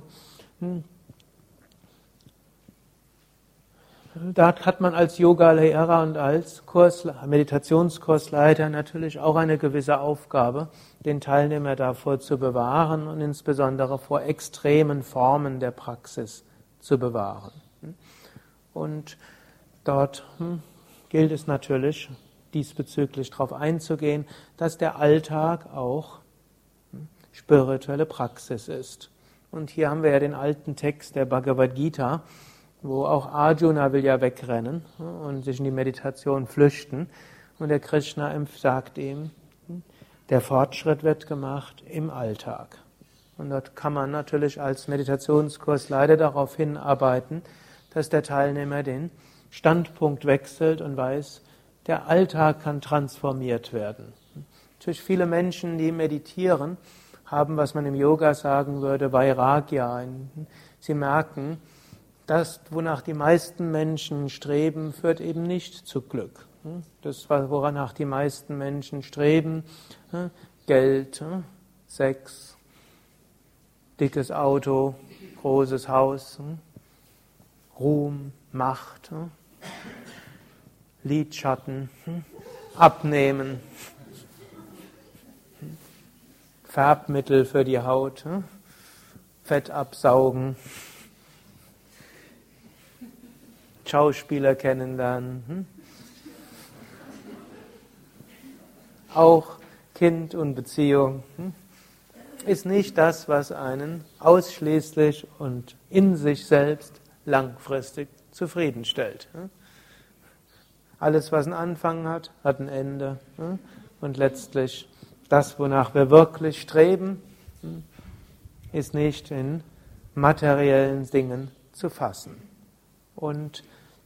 Speaker 1: Da hat man als Yoga-Lehrer und als Meditationskursleiter natürlich auch eine gewisse Aufgabe, den Teilnehmer davor zu bewahren und insbesondere vor extremen Formen der Praxis zu bewahren. Und dort gilt es natürlich, diesbezüglich darauf einzugehen, dass der Alltag auch spirituelle Praxis ist. Und hier haben wir ja den alten Text der Bhagavad Gita, wo auch Arjuna will ja wegrennen und sich in die Meditation flüchten. Und der Krishna sagt ihm, der Fortschritt wird gemacht im Alltag. Und dort kann man natürlich als Meditationskursleiter darauf hinarbeiten, dass der Teilnehmer den Standpunkt wechselt und weiß, der Alltag kann transformiert werden. Natürlich viele Menschen, die meditieren, haben, was man im Yoga sagen würde, Vairagya. Sie merken, das, wonach die meisten Menschen streben, führt eben nicht zu Glück. Das, woranach die meisten Menschen streben, Geld, Sex, dickes Auto, großes Haus, Ruhm, Macht, Lidschatten, Abnehmen, Färbmittel für die Haut, Fett absaugen, Schauspieler kennenlernen, auch Kind und Beziehung, ist nicht das, was einen ausschließlich und in sich selbst langfristig zufriedenstellt. Alles, was einen Anfang hat, hat ein Ende. Und letztlich das, wonach wir wirklich streben, ist nicht in materiellen Dingen zu fassen. Und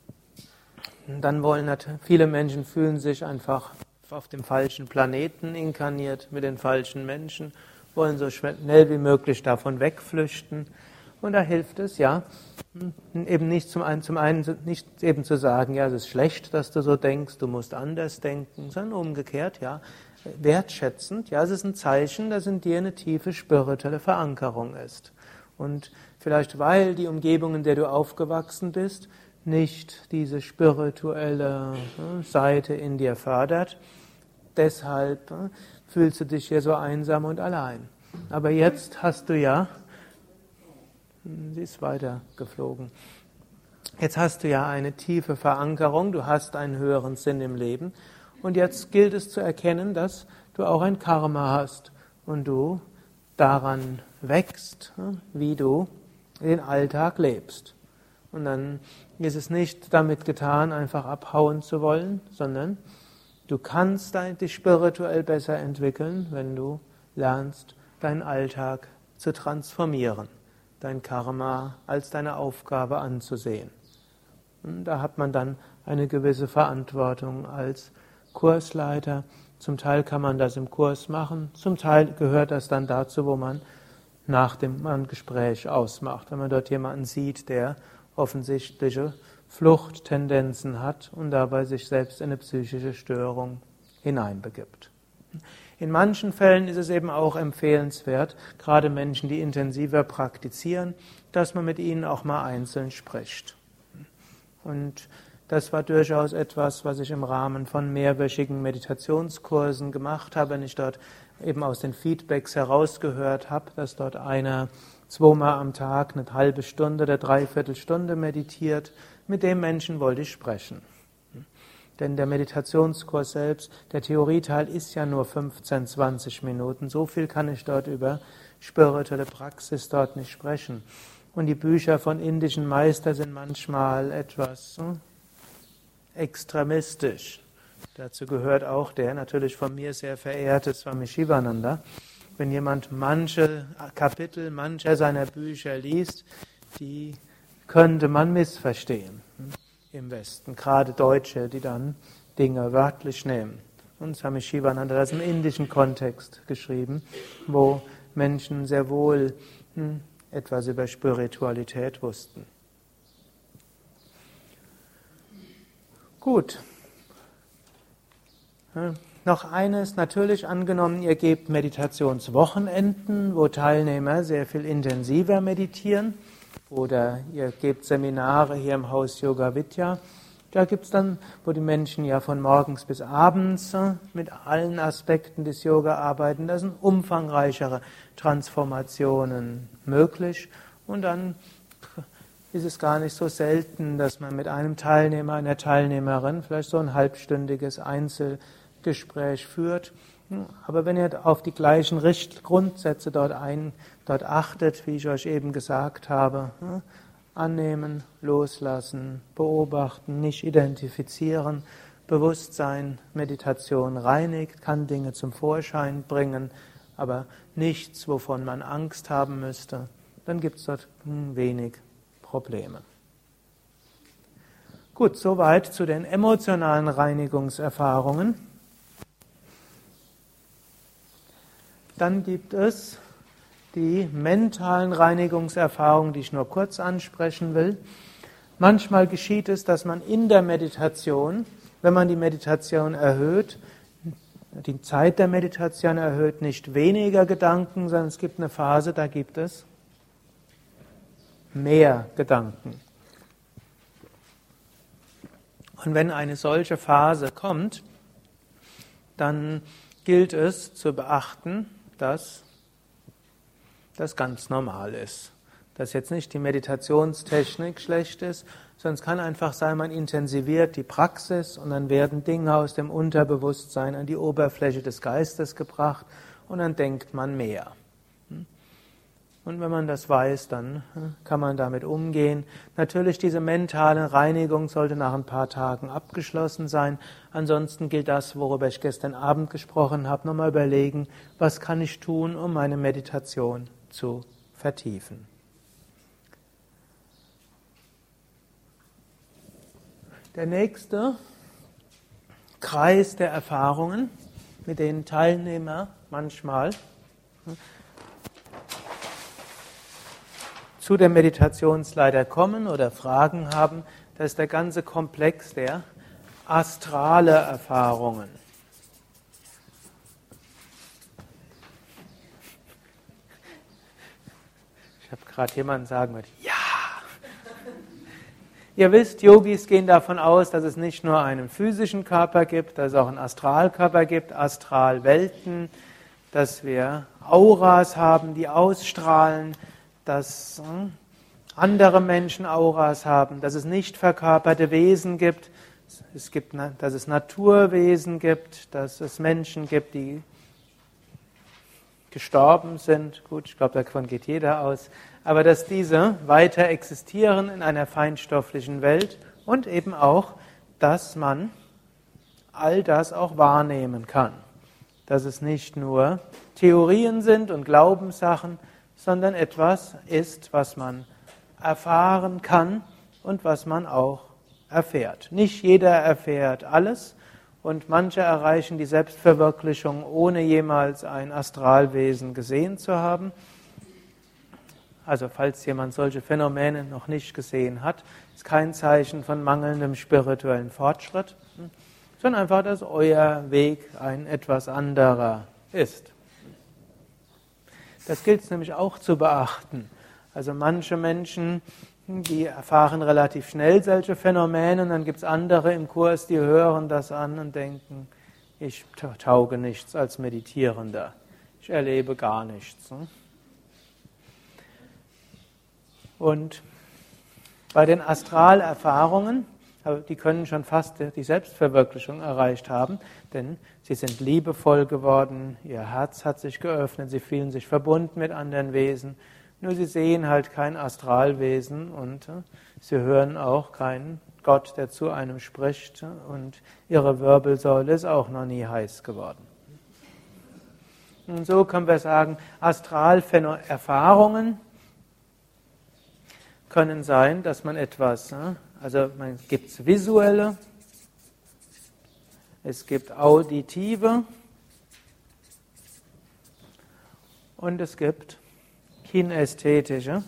Speaker 1: dann viele Menschen fühlen sich einfach auf dem falschen Planeten inkarniert, mit den falschen Menschen, wollen so schnell wie möglich davon wegflüchten. Und da hilft es, ja, eben nicht zum einen nicht eben zu sagen, ja, es ist schlecht, dass du so denkst, du musst anders denken, sondern umgekehrt, ja, wertschätzend, ja, es ist ein Zeichen, dass in dir eine tiefe spirituelle Verankerung ist. Und vielleicht weil die Umgebung, in der du aufgewachsen bist, nicht diese spirituelle Seite in dir fördert, deshalb fühlst du dich hier so einsam und allein. Aber jetzt hast du ja, sie ist weitergeflogen, jetzt hast du ja eine tiefe Verankerung, du hast einen höheren Sinn im Leben und jetzt gilt es zu erkennen, dass du auch ein Karma hast und du daran wächst, wie du den Alltag lebst. Und dann ist es nicht damit getan, einfach abhauen zu wollen, sondern du kannst dich spirituell besser entwickeln, wenn du lernst, deinen Alltag zu transformieren, dein Karma als deine Aufgabe anzusehen. Und da hat man dann eine gewisse Verantwortung als Kursleiter. Zum Teil kann man das im Kurs machen, zum Teil gehört das dann dazu, wo man nach dem Gespräch ausmacht. Wenn man dort jemanden sieht, der offensichtliche Fluchttendenzen hat und dabei sich selbst in eine psychische Störung hineinbegibt. In manchen Fällen ist es eben auch empfehlenswert, gerade Menschen, die intensiver praktizieren, dass man mit ihnen auch mal einzeln spricht. Und das war durchaus etwas, was ich im Rahmen von mehrwöchigen Meditationskursen gemacht habe, wenn ich dort eben aus den Feedbacks herausgehört habe, dass dort einer 2-mal am Tag eine halbe Stunde oder 3/4 Stunde meditiert. Mit dem Menschen wollte ich sprechen. Denn der Meditationskurs selbst, der Theorieteil ist ja nur 15, 20 Minuten. So viel kann ich dort über spirituelle Praxis dort nicht sprechen. Und die Bücher von indischen Meistern sind manchmal etwas extremistisch. Dazu gehört auch der natürlich von mir sehr verehrte Swami Shivananda. Wenn jemand manche Kapitel mancher seiner Bücher liest, die könnte man missverstehen im Westen. Gerade Deutsche, die dann Dinge wörtlich nehmen. Und Swami Shivananda hat das im indischen Kontext geschrieben, wo Menschen sehr wohl etwas über Spiritualität wussten. Gut. Noch eines, natürlich angenommen, ihr gebt Meditationswochenenden, wo Teilnehmer sehr viel intensiver meditieren, oder ihr gebt Seminare hier im Haus Yoga Vidya. Da gibt es dann, wo die Menschen ja von morgens bis abends mit allen Aspekten des Yoga arbeiten, da sind umfangreichere Transformationen möglich. Und dann ist es gar nicht so selten, dass man mit einem Teilnehmer, einer Teilnehmerin vielleicht so ein halbstündiges Einzelgespräch führt. Aber wenn ihr auf die gleichen Grundsätze dort achtet, wie ich euch eben gesagt habe, annehmen, loslassen, beobachten, nicht identifizieren, Bewusstsein, Meditation reinigt, kann Dinge zum Vorschein bringen, aber nichts, wovon man Angst haben müsste, dann gibt es dort wenig Probleme. Gut, soweit zu den emotionalen Reinigungserfahrungen. Dann gibt es die mentalen Reinigungserfahrungen, die ich nur kurz ansprechen will. Manchmal geschieht es, dass man in der Meditation, wenn man die Meditation erhöht, die Zeit der Meditation erhöht, nicht weniger Gedanken, sondern es gibt eine Phase, da gibt es mehr Gedanken. Und wenn eine solche Phase kommt, dann gilt es zu beachten, dass das ganz normal ist. Dass jetzt nicht die Meditationstechnik schlecht ist, sondern es kann einfach sein, man intensiviert die Praxis und dann werden Dinge aus dem Unterbewusstsein an die Oberfläche des Geistes gebracht und dann denkt man mehr. Und wenn man das weiß, dann kann man damit umgehen. Natürlich, diese mentale Reinigung sollte nach ein paar Tagen abgeschlossen sein. Ansonsten gilt das, worüber ich gestern Abend gesprochen habe, nochmal überlegen, was kann ich tun, um meine Meditation zu vertiefen. Der nächste Kreis der Erfahrungen, mit denen Teilnehmer manchmal zu der Meditationsleiter kommen oder Fragen haben, das ist der ganze Komplex der astrale Erfahrungen. Ich habe gerade jemanden sagen gehört, ja! Ihr wisst, Yogis gehen davon aus, dass es nicht nur einen physischen Körper gibt, dass es auch einen Astralkörper gibt, Astralwelten, dass wir Auras haben, die ausstrahlen, dass andere Menschen Auras haben, dass es nicht verkörperte Wesen gibt, dass es Naturwesen gibt, dass es Menschen gibt, die gestorben sind. Gut, ich glaube, davon geht jeder aus. Aber dass diese weiter existieren in einer feinstofflichen Welt und eben auch, dass man all das auch wahrnehmen kann. Dass es nicht nur Theorien sind und Glaubenssachen, sondern etwas ist, was man erfahren kann und was man auch erfährt. Nicht jeder erfährt alles und manche erreichen die Selbstverwirklichung, ohne jemals ein Astralwesen gesehen zu haben. Also falls jemand solche Phänomene noch nicht gesehen hat, ist kein Zeichen von mangelndem spirituellen Fortschritt, sondern einfach, dass euer Weg ein etwas anderer ist. Das gilt es nämlich auch zu beachten. Also manche Menschen, die erfahren relativ schnell solche Phänomene und dann gibt es andere im Kurs, die hören das an und denken, ich tauge nichts als Meditierender. Ich erlebe gar nichts. Und bei den Astralerfahrungen, die können schon fast die Selbstverwirklichung erreicht haben, denn sie sind liebevoll geworden, ihr Herz hat sich geöffnet, sie fühlen sich verbunden mit anderen Wesen, nur sie sehen halt kein Astralwesen und sie hören auch keinen Gott, der zu einem spricht und ihre Wirbelsäule ist auch noch nie heiß geworden. Und so können wir sagen, Astralerfahrungen können sein, dass man etwas, also man gibt visuelle, es gibt auditive und es gibt kinästhetische.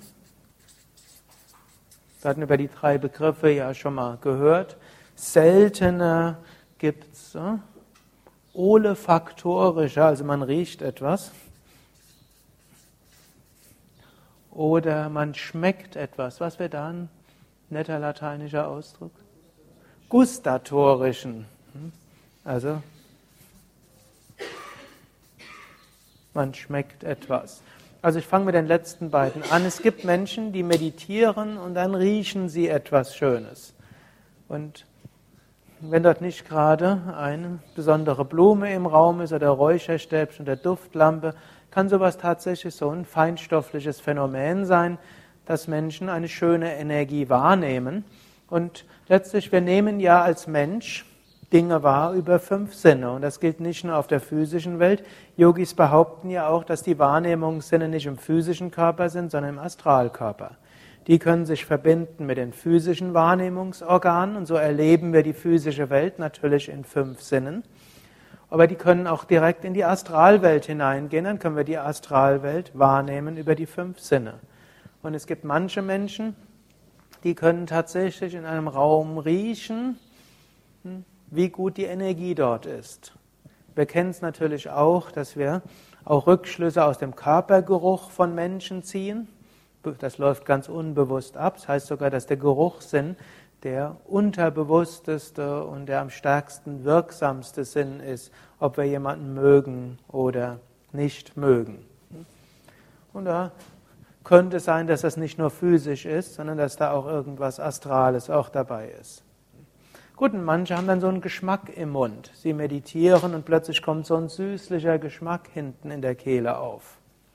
Speaker 1: Wir hatten über die 3 Begriffe ja schon mal gehört. Seltener gibt es olfaktorische, also man riecht etwas. Oder man schmeckt etwas. Was wäre da ein netter lateinischer Ausdruck? Gustatorischen. Also man schmeckt etwas. Also ich fange mit den letzten beiden an. Es gibt Menschen, die meditieren und dann riechen sie etwas Schönes. Und wenn dort nicht gerade eine besondere Blume im Raum ist oder Räucherstäbchen oder Duftlampe, kann sowas tatsächlich so ein feinstoffliches Phänomen sein, dass Menschen eine schöne Energie wahrnehmen. Und letztlich, wir nehmen ja als Mensch Dinge wahr über 5 Sinne. Und das gilt nicht nur auf der physischen Welt. Yogis behaupten ja auch, dass die Wahrnehmungssinne nicht im physischen Körper sind, sondern im Astralkörper. Die können sich verbinden mit den physischen Wahrnehmungsorganen und so erleben wir die physische Welt natürlich in 5 Sinnen. Aber die können auch direkt in die Astralwelt hineingehen, dann können wir die Astralwelt wahrnehmen über die 5 Sinne. Und es gibt manche Menschen, die können tatsächlich in einem Raum riechen, wie gut die Energie dort ist. Wir kennen es natürlich auch, dass wir auch Rückschlüsse aus dem Körpergeruch von Menschen ziehen. Das läuft ganz unbewusst ab. Das heißt sogar, dass der Geruchssinn der unterbewussteste und der am stärksten wirksamste Sinn ist, ob wir jemanden mögen oder nicht mögen. Und da könnte es sein, dass das nicht nur physisch ist, sondern dass da auch irgendwas Astrales auch dabei ist. Gut, und manche haben dann so einen Geschmack im Mund. Sie meditieren und plötzlich kommt so ein süßlicher Geschmack hinten in der Kehle auf.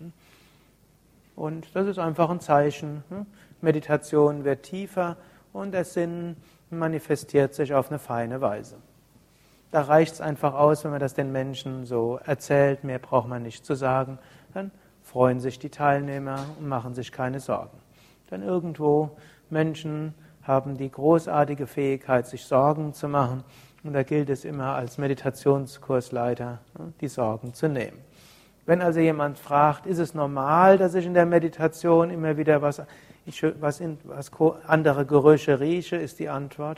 Speaker 1: Und das ist einfach ein Zeichen. Meditation wird tiefer und der Sinn manifestiert sich auf eine feine Weise. Da reicht es einfach aus, wenn man das den Menschen so erzählt, mehr braucht man nicht zu sagen. Dann freuen sich die Teilnehmer und machen sich keine Sorgen. Denn irgendwo Menschen haben die großartige Fähigkeit, sich Sorgen zu machen. Und da gilt es immer als Meditationskursleiter, die Sorgen zu nehmen. Wenn also jemand fragt, ist es normal, dass ich in der Meditation immer wieder was andere Gerüche rieche, ist die Antwort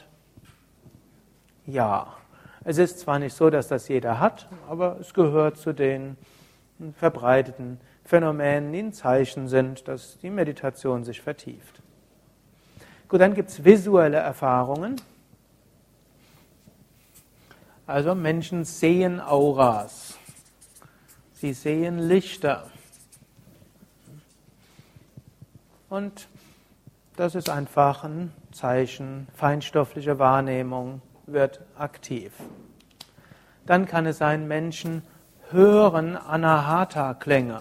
Speaker 1: ja. Es ist zwar nicht so, dass das jeder hat, aber es gehört zu den verbreiteten Phänomenen, die ein Zeichen sind, dass die Meditation sich vertieft. Gut, dann gibt es visuelle Erfahrungen. Also Menschen sehen Auras. Sie sehen Lichter. Und das ist einfach ein Zeichen, feinstoffliche Wahrnehmung wird aktiv. Dann kann es sein, Menschen hören Anahata-Klänge.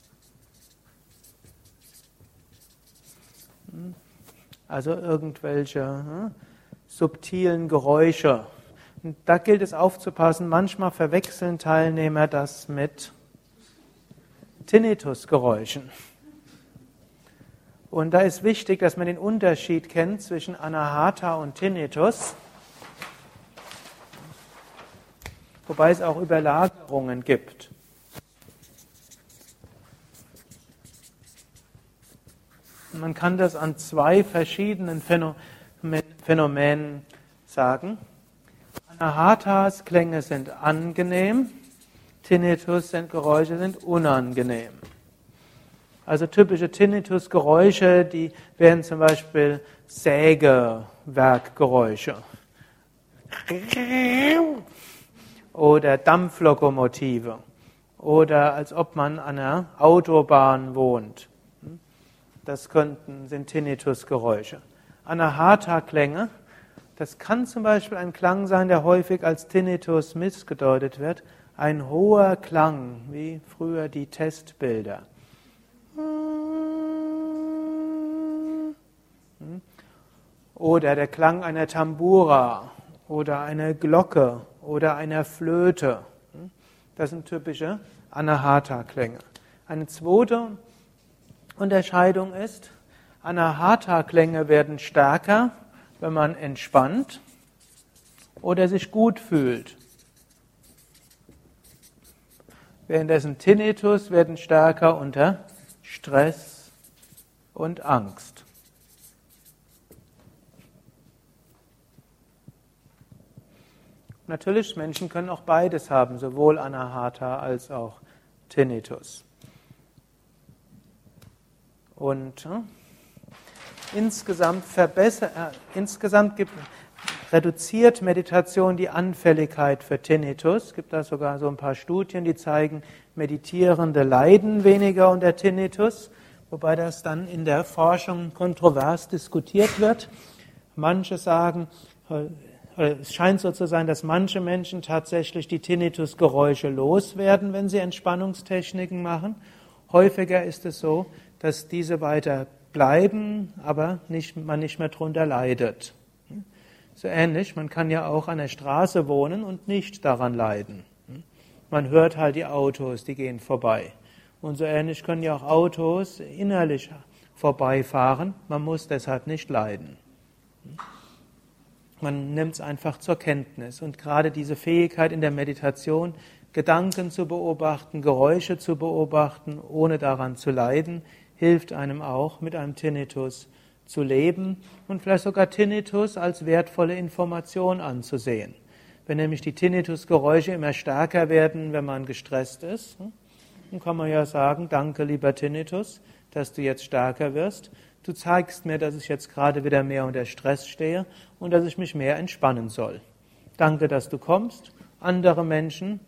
Speaker 1: Also irgendwelche subtilen Geräusche. Und da gilt es aufzupassen, manchmal verwechseln Teilnehmer das mit Tinnitusgeräuschen. Und da ist wichtig, dass man den Unterschied kennt zwischen Anahata und Tinnitus, wobei es auch Überlagerungen gibt. Man kann das an 2 verschiedenen Phänomenen sagen. Anahatas Klänge sind angenehm, Tinnitus-Geräusche sind unangenehm. Also typische Tinnitus-Geräusche, die wären zum Beispiel Sägewerkgeräusche oder Dampflokomotive oder als ob man an einer Autobahn wohnt. Das sind Tinnitus-Geräusche. Anahata-Klänge, das kann zum Beispiel ein Klang sein, der häufig als Tinnitus missgedeutet wird. Ein hoher Klang, wie früher die Testbilder. Oder der Klang einer Tambura oder einer Glocke oder einer Flöte. Das sind typische Anahata-Klänge. Eine zweite Unterscheidung ist, Anahata-Klänge werden stärker, wenn man entspannt oder sich gut fühlt. Währenddessen Tinnitus werden stärker unter Stress und Angst. Natürlich, Menschen können auch beides haben, sowohl Anahata als auch Tinnitus. Und insgesamt reduziert Meditation die Anfälligkeit für Tinnitus. Es gibt da sogar so ein paar Studien, die zeigen, Meditierende leiden weniger unter Tinnitus, wobei das dann in der Forschung kontrovers diskutiert wird. Manche sagen, es scheint so zu sein, dass manche Menschen tatsächlich die Tinnitusgeräusche loswerden, wenn sie Entspannungstechniken machen. Häufiger ist es so, dass diese weiter bleiben, aber man nicht mehr drunter leidet. So ähnlich, man kann ja auch an der Straße wohnen und nicht daran leiden. Man hört halt die Autos, die gehen vorbei. Und so ähnlich können ja auch Autos innerlich vorbeifahren, man muss deshalb nicht leiden. Man nimmt es einfach zur Kenntnis. Und gerade diese Fähigkeit in der Meditation, Gedanken zu beobachten, Geräusche zu beobachten, ohne daran zu leiden, hilft einem auch, mit einem Tinnitus zu leben und vielleicht sogar Tinnitus als wertvolle Information anzusehen. Wenn nämlich die Tinnitusgeräusche immer stärker werden, wenn man gestresst ist, dann kann man ja sagen, danke lieber Tinnitus, dass du jetzt stärker wirst. Du zeigst mir, dass ich jetzt gerade wieder mehr unter Stress stehe und dass ich mich mehr entspannen soll. Danke, dass du kommst. Andere Menschen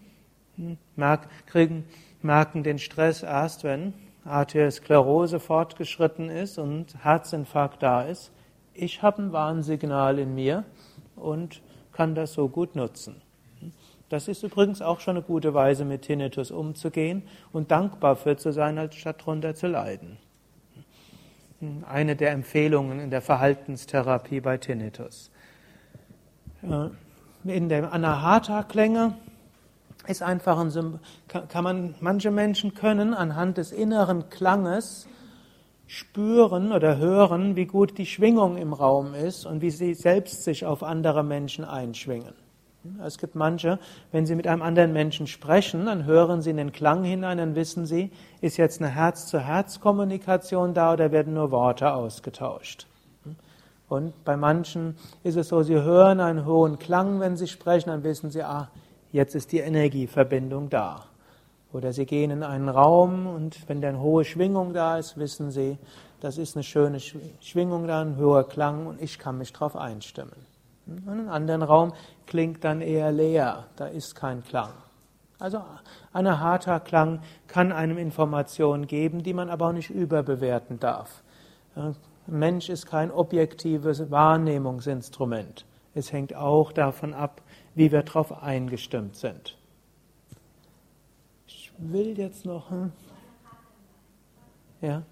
Speaker 1: merken den Stress erst, wenn Arteriosklerose fortgeschritten ist und Herzinfarkt da ist. Ich habe ein Warnsignal in mir und kann das so gut nutzen. Das ist übrigens auch schon eine gute Weise, mit Tinnitus umzugehen und dankbar für zu sein, als statt darunter zu leiden. Eine der Empfehlungen in der Verhaltenstherapie bei Tinnitus. In der Anahata-Klänge ist einfach ein Symbol, manche Menschen können anhand des inneren Klanges spüren oder hören, wie gut die Schwingung im Raum ist und wie sie selbst sich auf andere Menschen einschwingen. Es gibt manche, wenn sie mit einem anderen Menschen sprechen, dann hören sie in den Klang hinein, dann wissen sie, ist jetzt eine Herz-zu-Herz-Kommunikation da oder werden nur Worte ausgetauscht. Und bei manchen ist es so, sie hören einen hohen Klang, wenn sie sprechen, dann wissen sie, jetzt ist die Energieverbindung da. Oder sie gehen in einen Raum und wenn da eine hohe Schwingung da ist, wissen sie, das ist eine schöne Schwingung da, ein hoher Klang und ich kann mich darauf einstimmen. In einem anderen Raum klingt dann eher leer, da ist kein Klang. Also Anahata-Klang kann einem Informationen geben, die man aber auch nicht überbewerten darf. Ein Mensch ist kein objektives Wahrnehmungsinstrument. Es hängt auch davon ab, wie wir darauf eingestimmt sind. Ich will jetzt noch... Ja?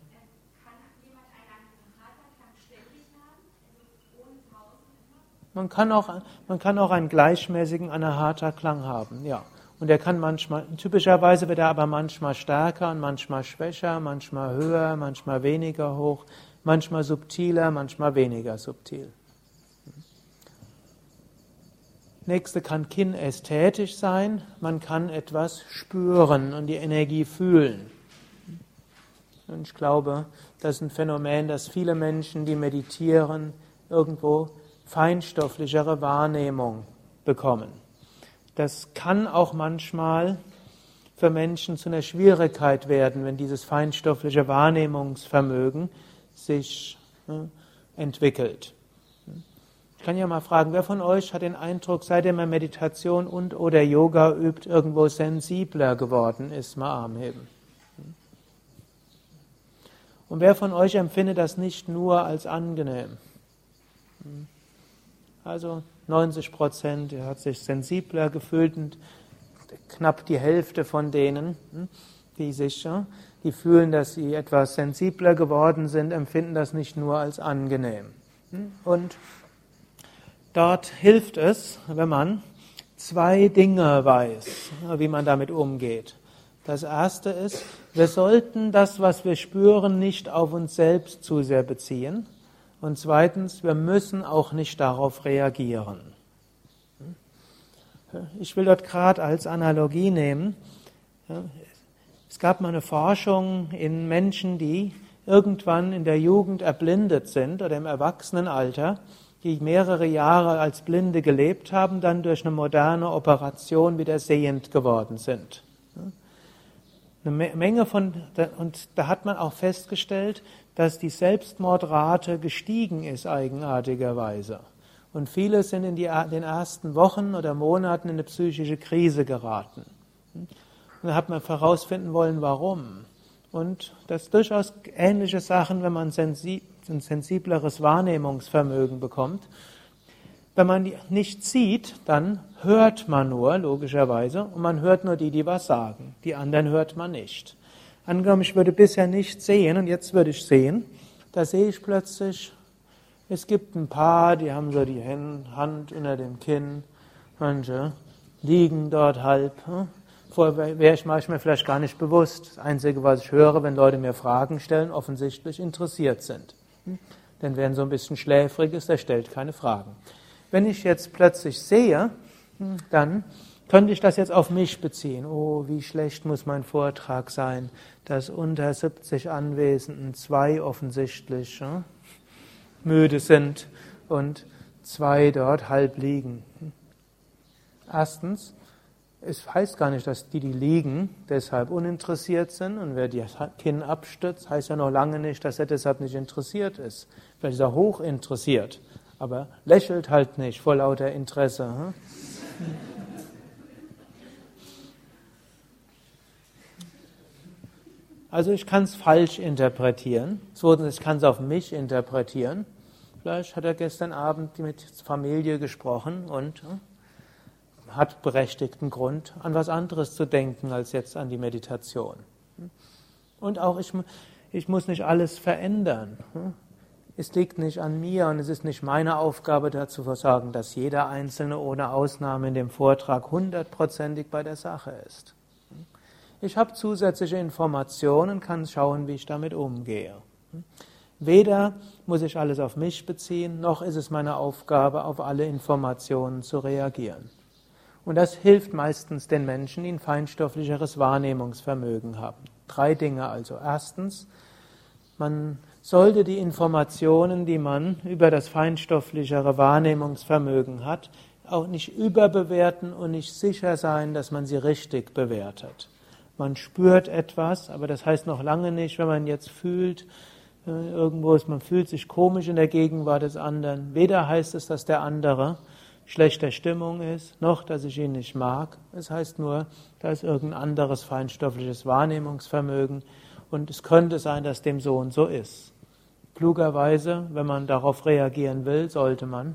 Speaker 1: Man kann auch einen gleichmäßigen Anahata-Klang haben, ja. Und er kann typischerweise wird er aber manchmal stärker und manchmal schwächer, manchmal höher, manchmal weniger hoch, manchmal subtiler, manchmal weniger subtil. Nächste kann kinästhetisch sein. Man kann etwas spüren und die Energie fühlen. Und ich glaube, das ist ein Phänomen, dass viele Menschen, die meditieren, irgendwo feinstofflichere Wahrnehmung bekommen. Das kann auch manchmal für Menschen zu einer Schwierigkeit werden, wenn dieses feinstoffliche Wahrnehmungsvermögen sich entwickelt. Ich kann ja mal fragen, wer von euch hat den Eindruck, seitdem er Meditation und/oder Yoga übt, irgendwo sensibler geworden ist? Mal Arm heben. Und wer von euch empfindet das nicht nur als angenehm? Also 90% hat sich sensibler gefühlt und knapp die Hälfte von denen, die fühlen, dass sie etwas sensibler geworden sind, empfinden das nicht nur als angenehm. Und dort hilft es, wenn man 2 Dinge weiß, wie man damit umgeht. Das erste ist, Wir sollten das, was wir spüren, nicht auf uns selbst zu sehr beziehen. Und zweitens, wir müssen auch nicht darauf reagieren. Ich will dort gerade als Analogie nehmen, es gab mal eine Forschung in Menschen, die irgendwann in der Jugend erblindet sind oder im Erwachsenenalter, die mehrere Jahre als Blinde gelebt haben, dann durch eine moderne Operation wieder sehend geworden sind. Eine Menge und da hat man auch festgestellt, dass die Selbstmordrate gestiegen ist, eigenartigerweise. Und viele sind in den ersten Wochen oder Monaten in eine psychische Krise geraten. Und da hat man herausfinden wollen, warum. Und das durchaus ähnliche Sachen, wenn man ein sensibleres Wahrnehmungsvermögen bekommt. Wenn man die nicht sieht, dann hört man nur, logischerweise, und man hört nur die was sagen. Die anderen hört man nicht. Angenommen, ich würde bisher nicht sehen und jetzt würde ich sehen, da sehe ich plötzlich, es gibt ein paar, die haben so die Hand unter dem Kinn, manche liegen dort halb. Vorher wäre ich manchmal vielleicht gar nicht bewusst. Das Einzige, was ich höre, wenn Leute mir Fragen stellen, offensichtlich interessiert sind. Denn wer so ein bisschen schläfrig ist, der stellt keine Fragen. Wenn ich jetzt plötzlich sehe, dann könnte ich das jetzt auf mich beziehen. Oh, wie schlecht muss mein Vortrag sein, dass unter 70 Anwesenden 2 offensichtlich müde sind und 2 dort halb liegen. Erstens, es heißt gar nicht, dass die liegen, deshalb uninteressiert sind. Und wer die Kinn abstützt, heißt ja noch lange nicht, dass er deshalb nicht interessiert ist. Vielleicht ist er hoch interessiert, aber lächelt halt nicht vor lauter Interesse. Also ich kann es falsch interpretieren. Zweitens, ich kann es auf mich interpretieren. Vielleicht hat er gestern Abend mit Familie gesprochen und hat berechtigten Grund, an was anderes zu denken, als jetzt an die Meditation. Und auch ich muss nicht alles verändern. Es liegt nicht an mir und es ist nicht meine Aufgabe, dazu zu sorgen, dass jeder Einzelne ohne Ausnahme in dem Vortrag 100%ig bei der Sache ist. Ich habe zusätzliche Informationen, kann schauen, wie ich damit umgehe. Weder muss ich alles auf mich beziehen, noch ist es meine Aufgabe, auf alle Informationen zu reagieren. Und das hilft meistens den Menschen, die ein feinstofflicheres Wahrnehmungsvermögen haben. 3 Dinge also. Erstens, man sollte die Informationen, die man über das feinstofflichere Wahrnehmungsvermögen hat, auch nicht überbewerten und nicht sicher sein, dass man sie richtig bewertet. Man spürt etwas, aber das heißt noch lange nicht, wenn man jetzt fühlt, irgendwo ist, man fühlt sich komisch in der Gegenwart des anderen. Weder heißt es, dass der andere schlechter Stimmung ist, noch, dass ich ihn nicht mag. Es heißt nur, da ist irgendein anderes feinstoffliches Wahrnehmungsvermögen und es könnte sein, dass dem so und so ist. Klugerweise, wenn man darauf reagieren will, sollte man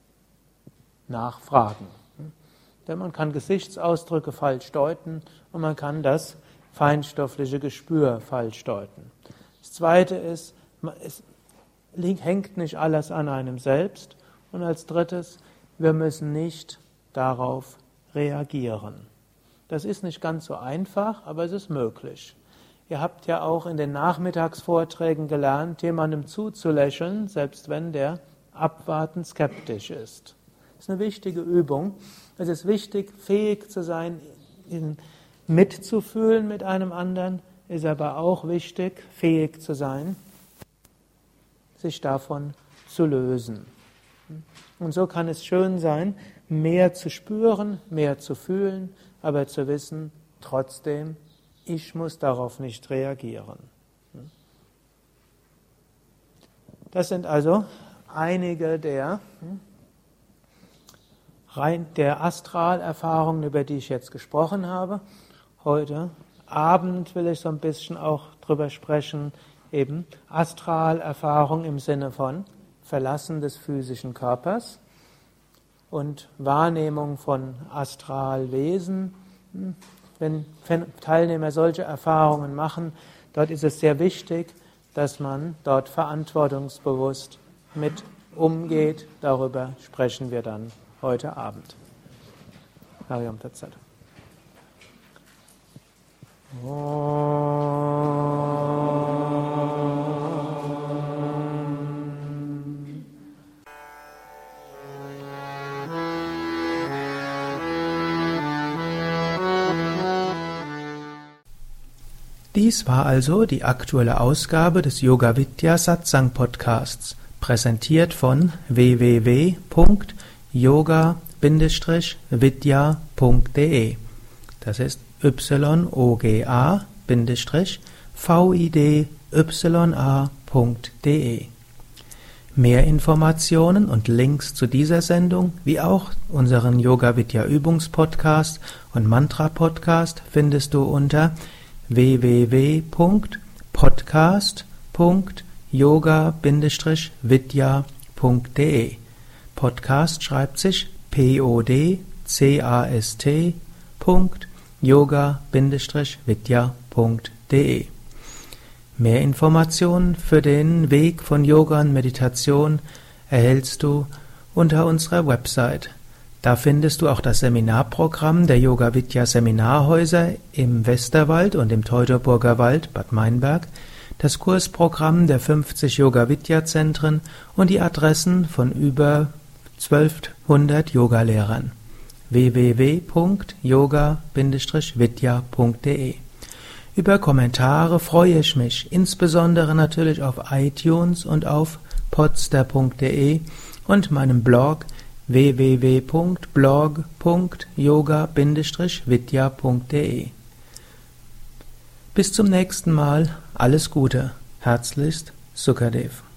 Speaker 1: nachfragen. Denn man kann Gesichtsausdrücke falsch deuten und man kann das feinstoffliche Gespür falsch deuten. Das Zweite ist, es hängt nicht alles an einem selbst. Und als Drittes, wir müssen nicht darauf reagieren. Das ist nicht ganz so einfach, aber es ist möglich. Ihr habt ja auch in den Nachmittagsvorträgen gelernt, jemandem zuzulächeln, selbst wenn der abwartend skeptisch ist. Das ist eine wichtige Übung. Es ist wichtig, fähig zu sein, mitzufühlen mit einem anderen, ist aber auch wichtig, fähig zu sein, sich davon zu lösen. Und so kann es schön sein, mehr zu spüren, mehr zu fühlen, aber zu wissen, trotzdem, ich muss darauf nicht reagieren. Das sind also einige der Astralerfahrungen, über die ich jetzt gesprochen habe. Heute Abend will ich so ein bisschen auch drüber sprechen, eben Astralerfahrung im Sinne von Verlassen des physischen Körpers und Wahrnehmung von Astralwesen. Wenn Teilnehmer solche Erfahrungen machen, dort ist es sehr wichtig, dass man dort verantwortungsbewusst mit umgeht. Darüber sprechen wir dann heute Abend. Hariam Tatsat. Dies war also die aktuelle Ausgabe des Yoga Vidya Satsang Podcasts, präsentiert von www.yoga-vidya.de. Das ist yoga-vidya.de. Mehr Informationen und Links zu dieser Sendung, wie auch unseren Yoga Vidya Übungspodcast und Mantra Podcast findest du unter www.podcast.yoga-vidya.de. Podcast schreibt sich podcast.yoga-vidya.de. Mehr Informationen für den Weg von Yoga und Meditation erhältst du unter unserer Website. Da findest du auch das Seminarprogramm der Yoga Vidya Seminarhäuser im Westerwald und im Teutoburger Wald, Bad Meinberg, das Kursprogramm der 50 Yoga Vidya Zentren und die Adressen von über 1200 Yogalehrern. www.yoga-vidya.de. Über Kommentare freue ich mich, insbesondere natürlich auf iTunes und auf podster.de und meinem Blog www.blog.yoga-vidya.de. Bis zum nächsten Mal, alles Gute, herzlichst Sukadev.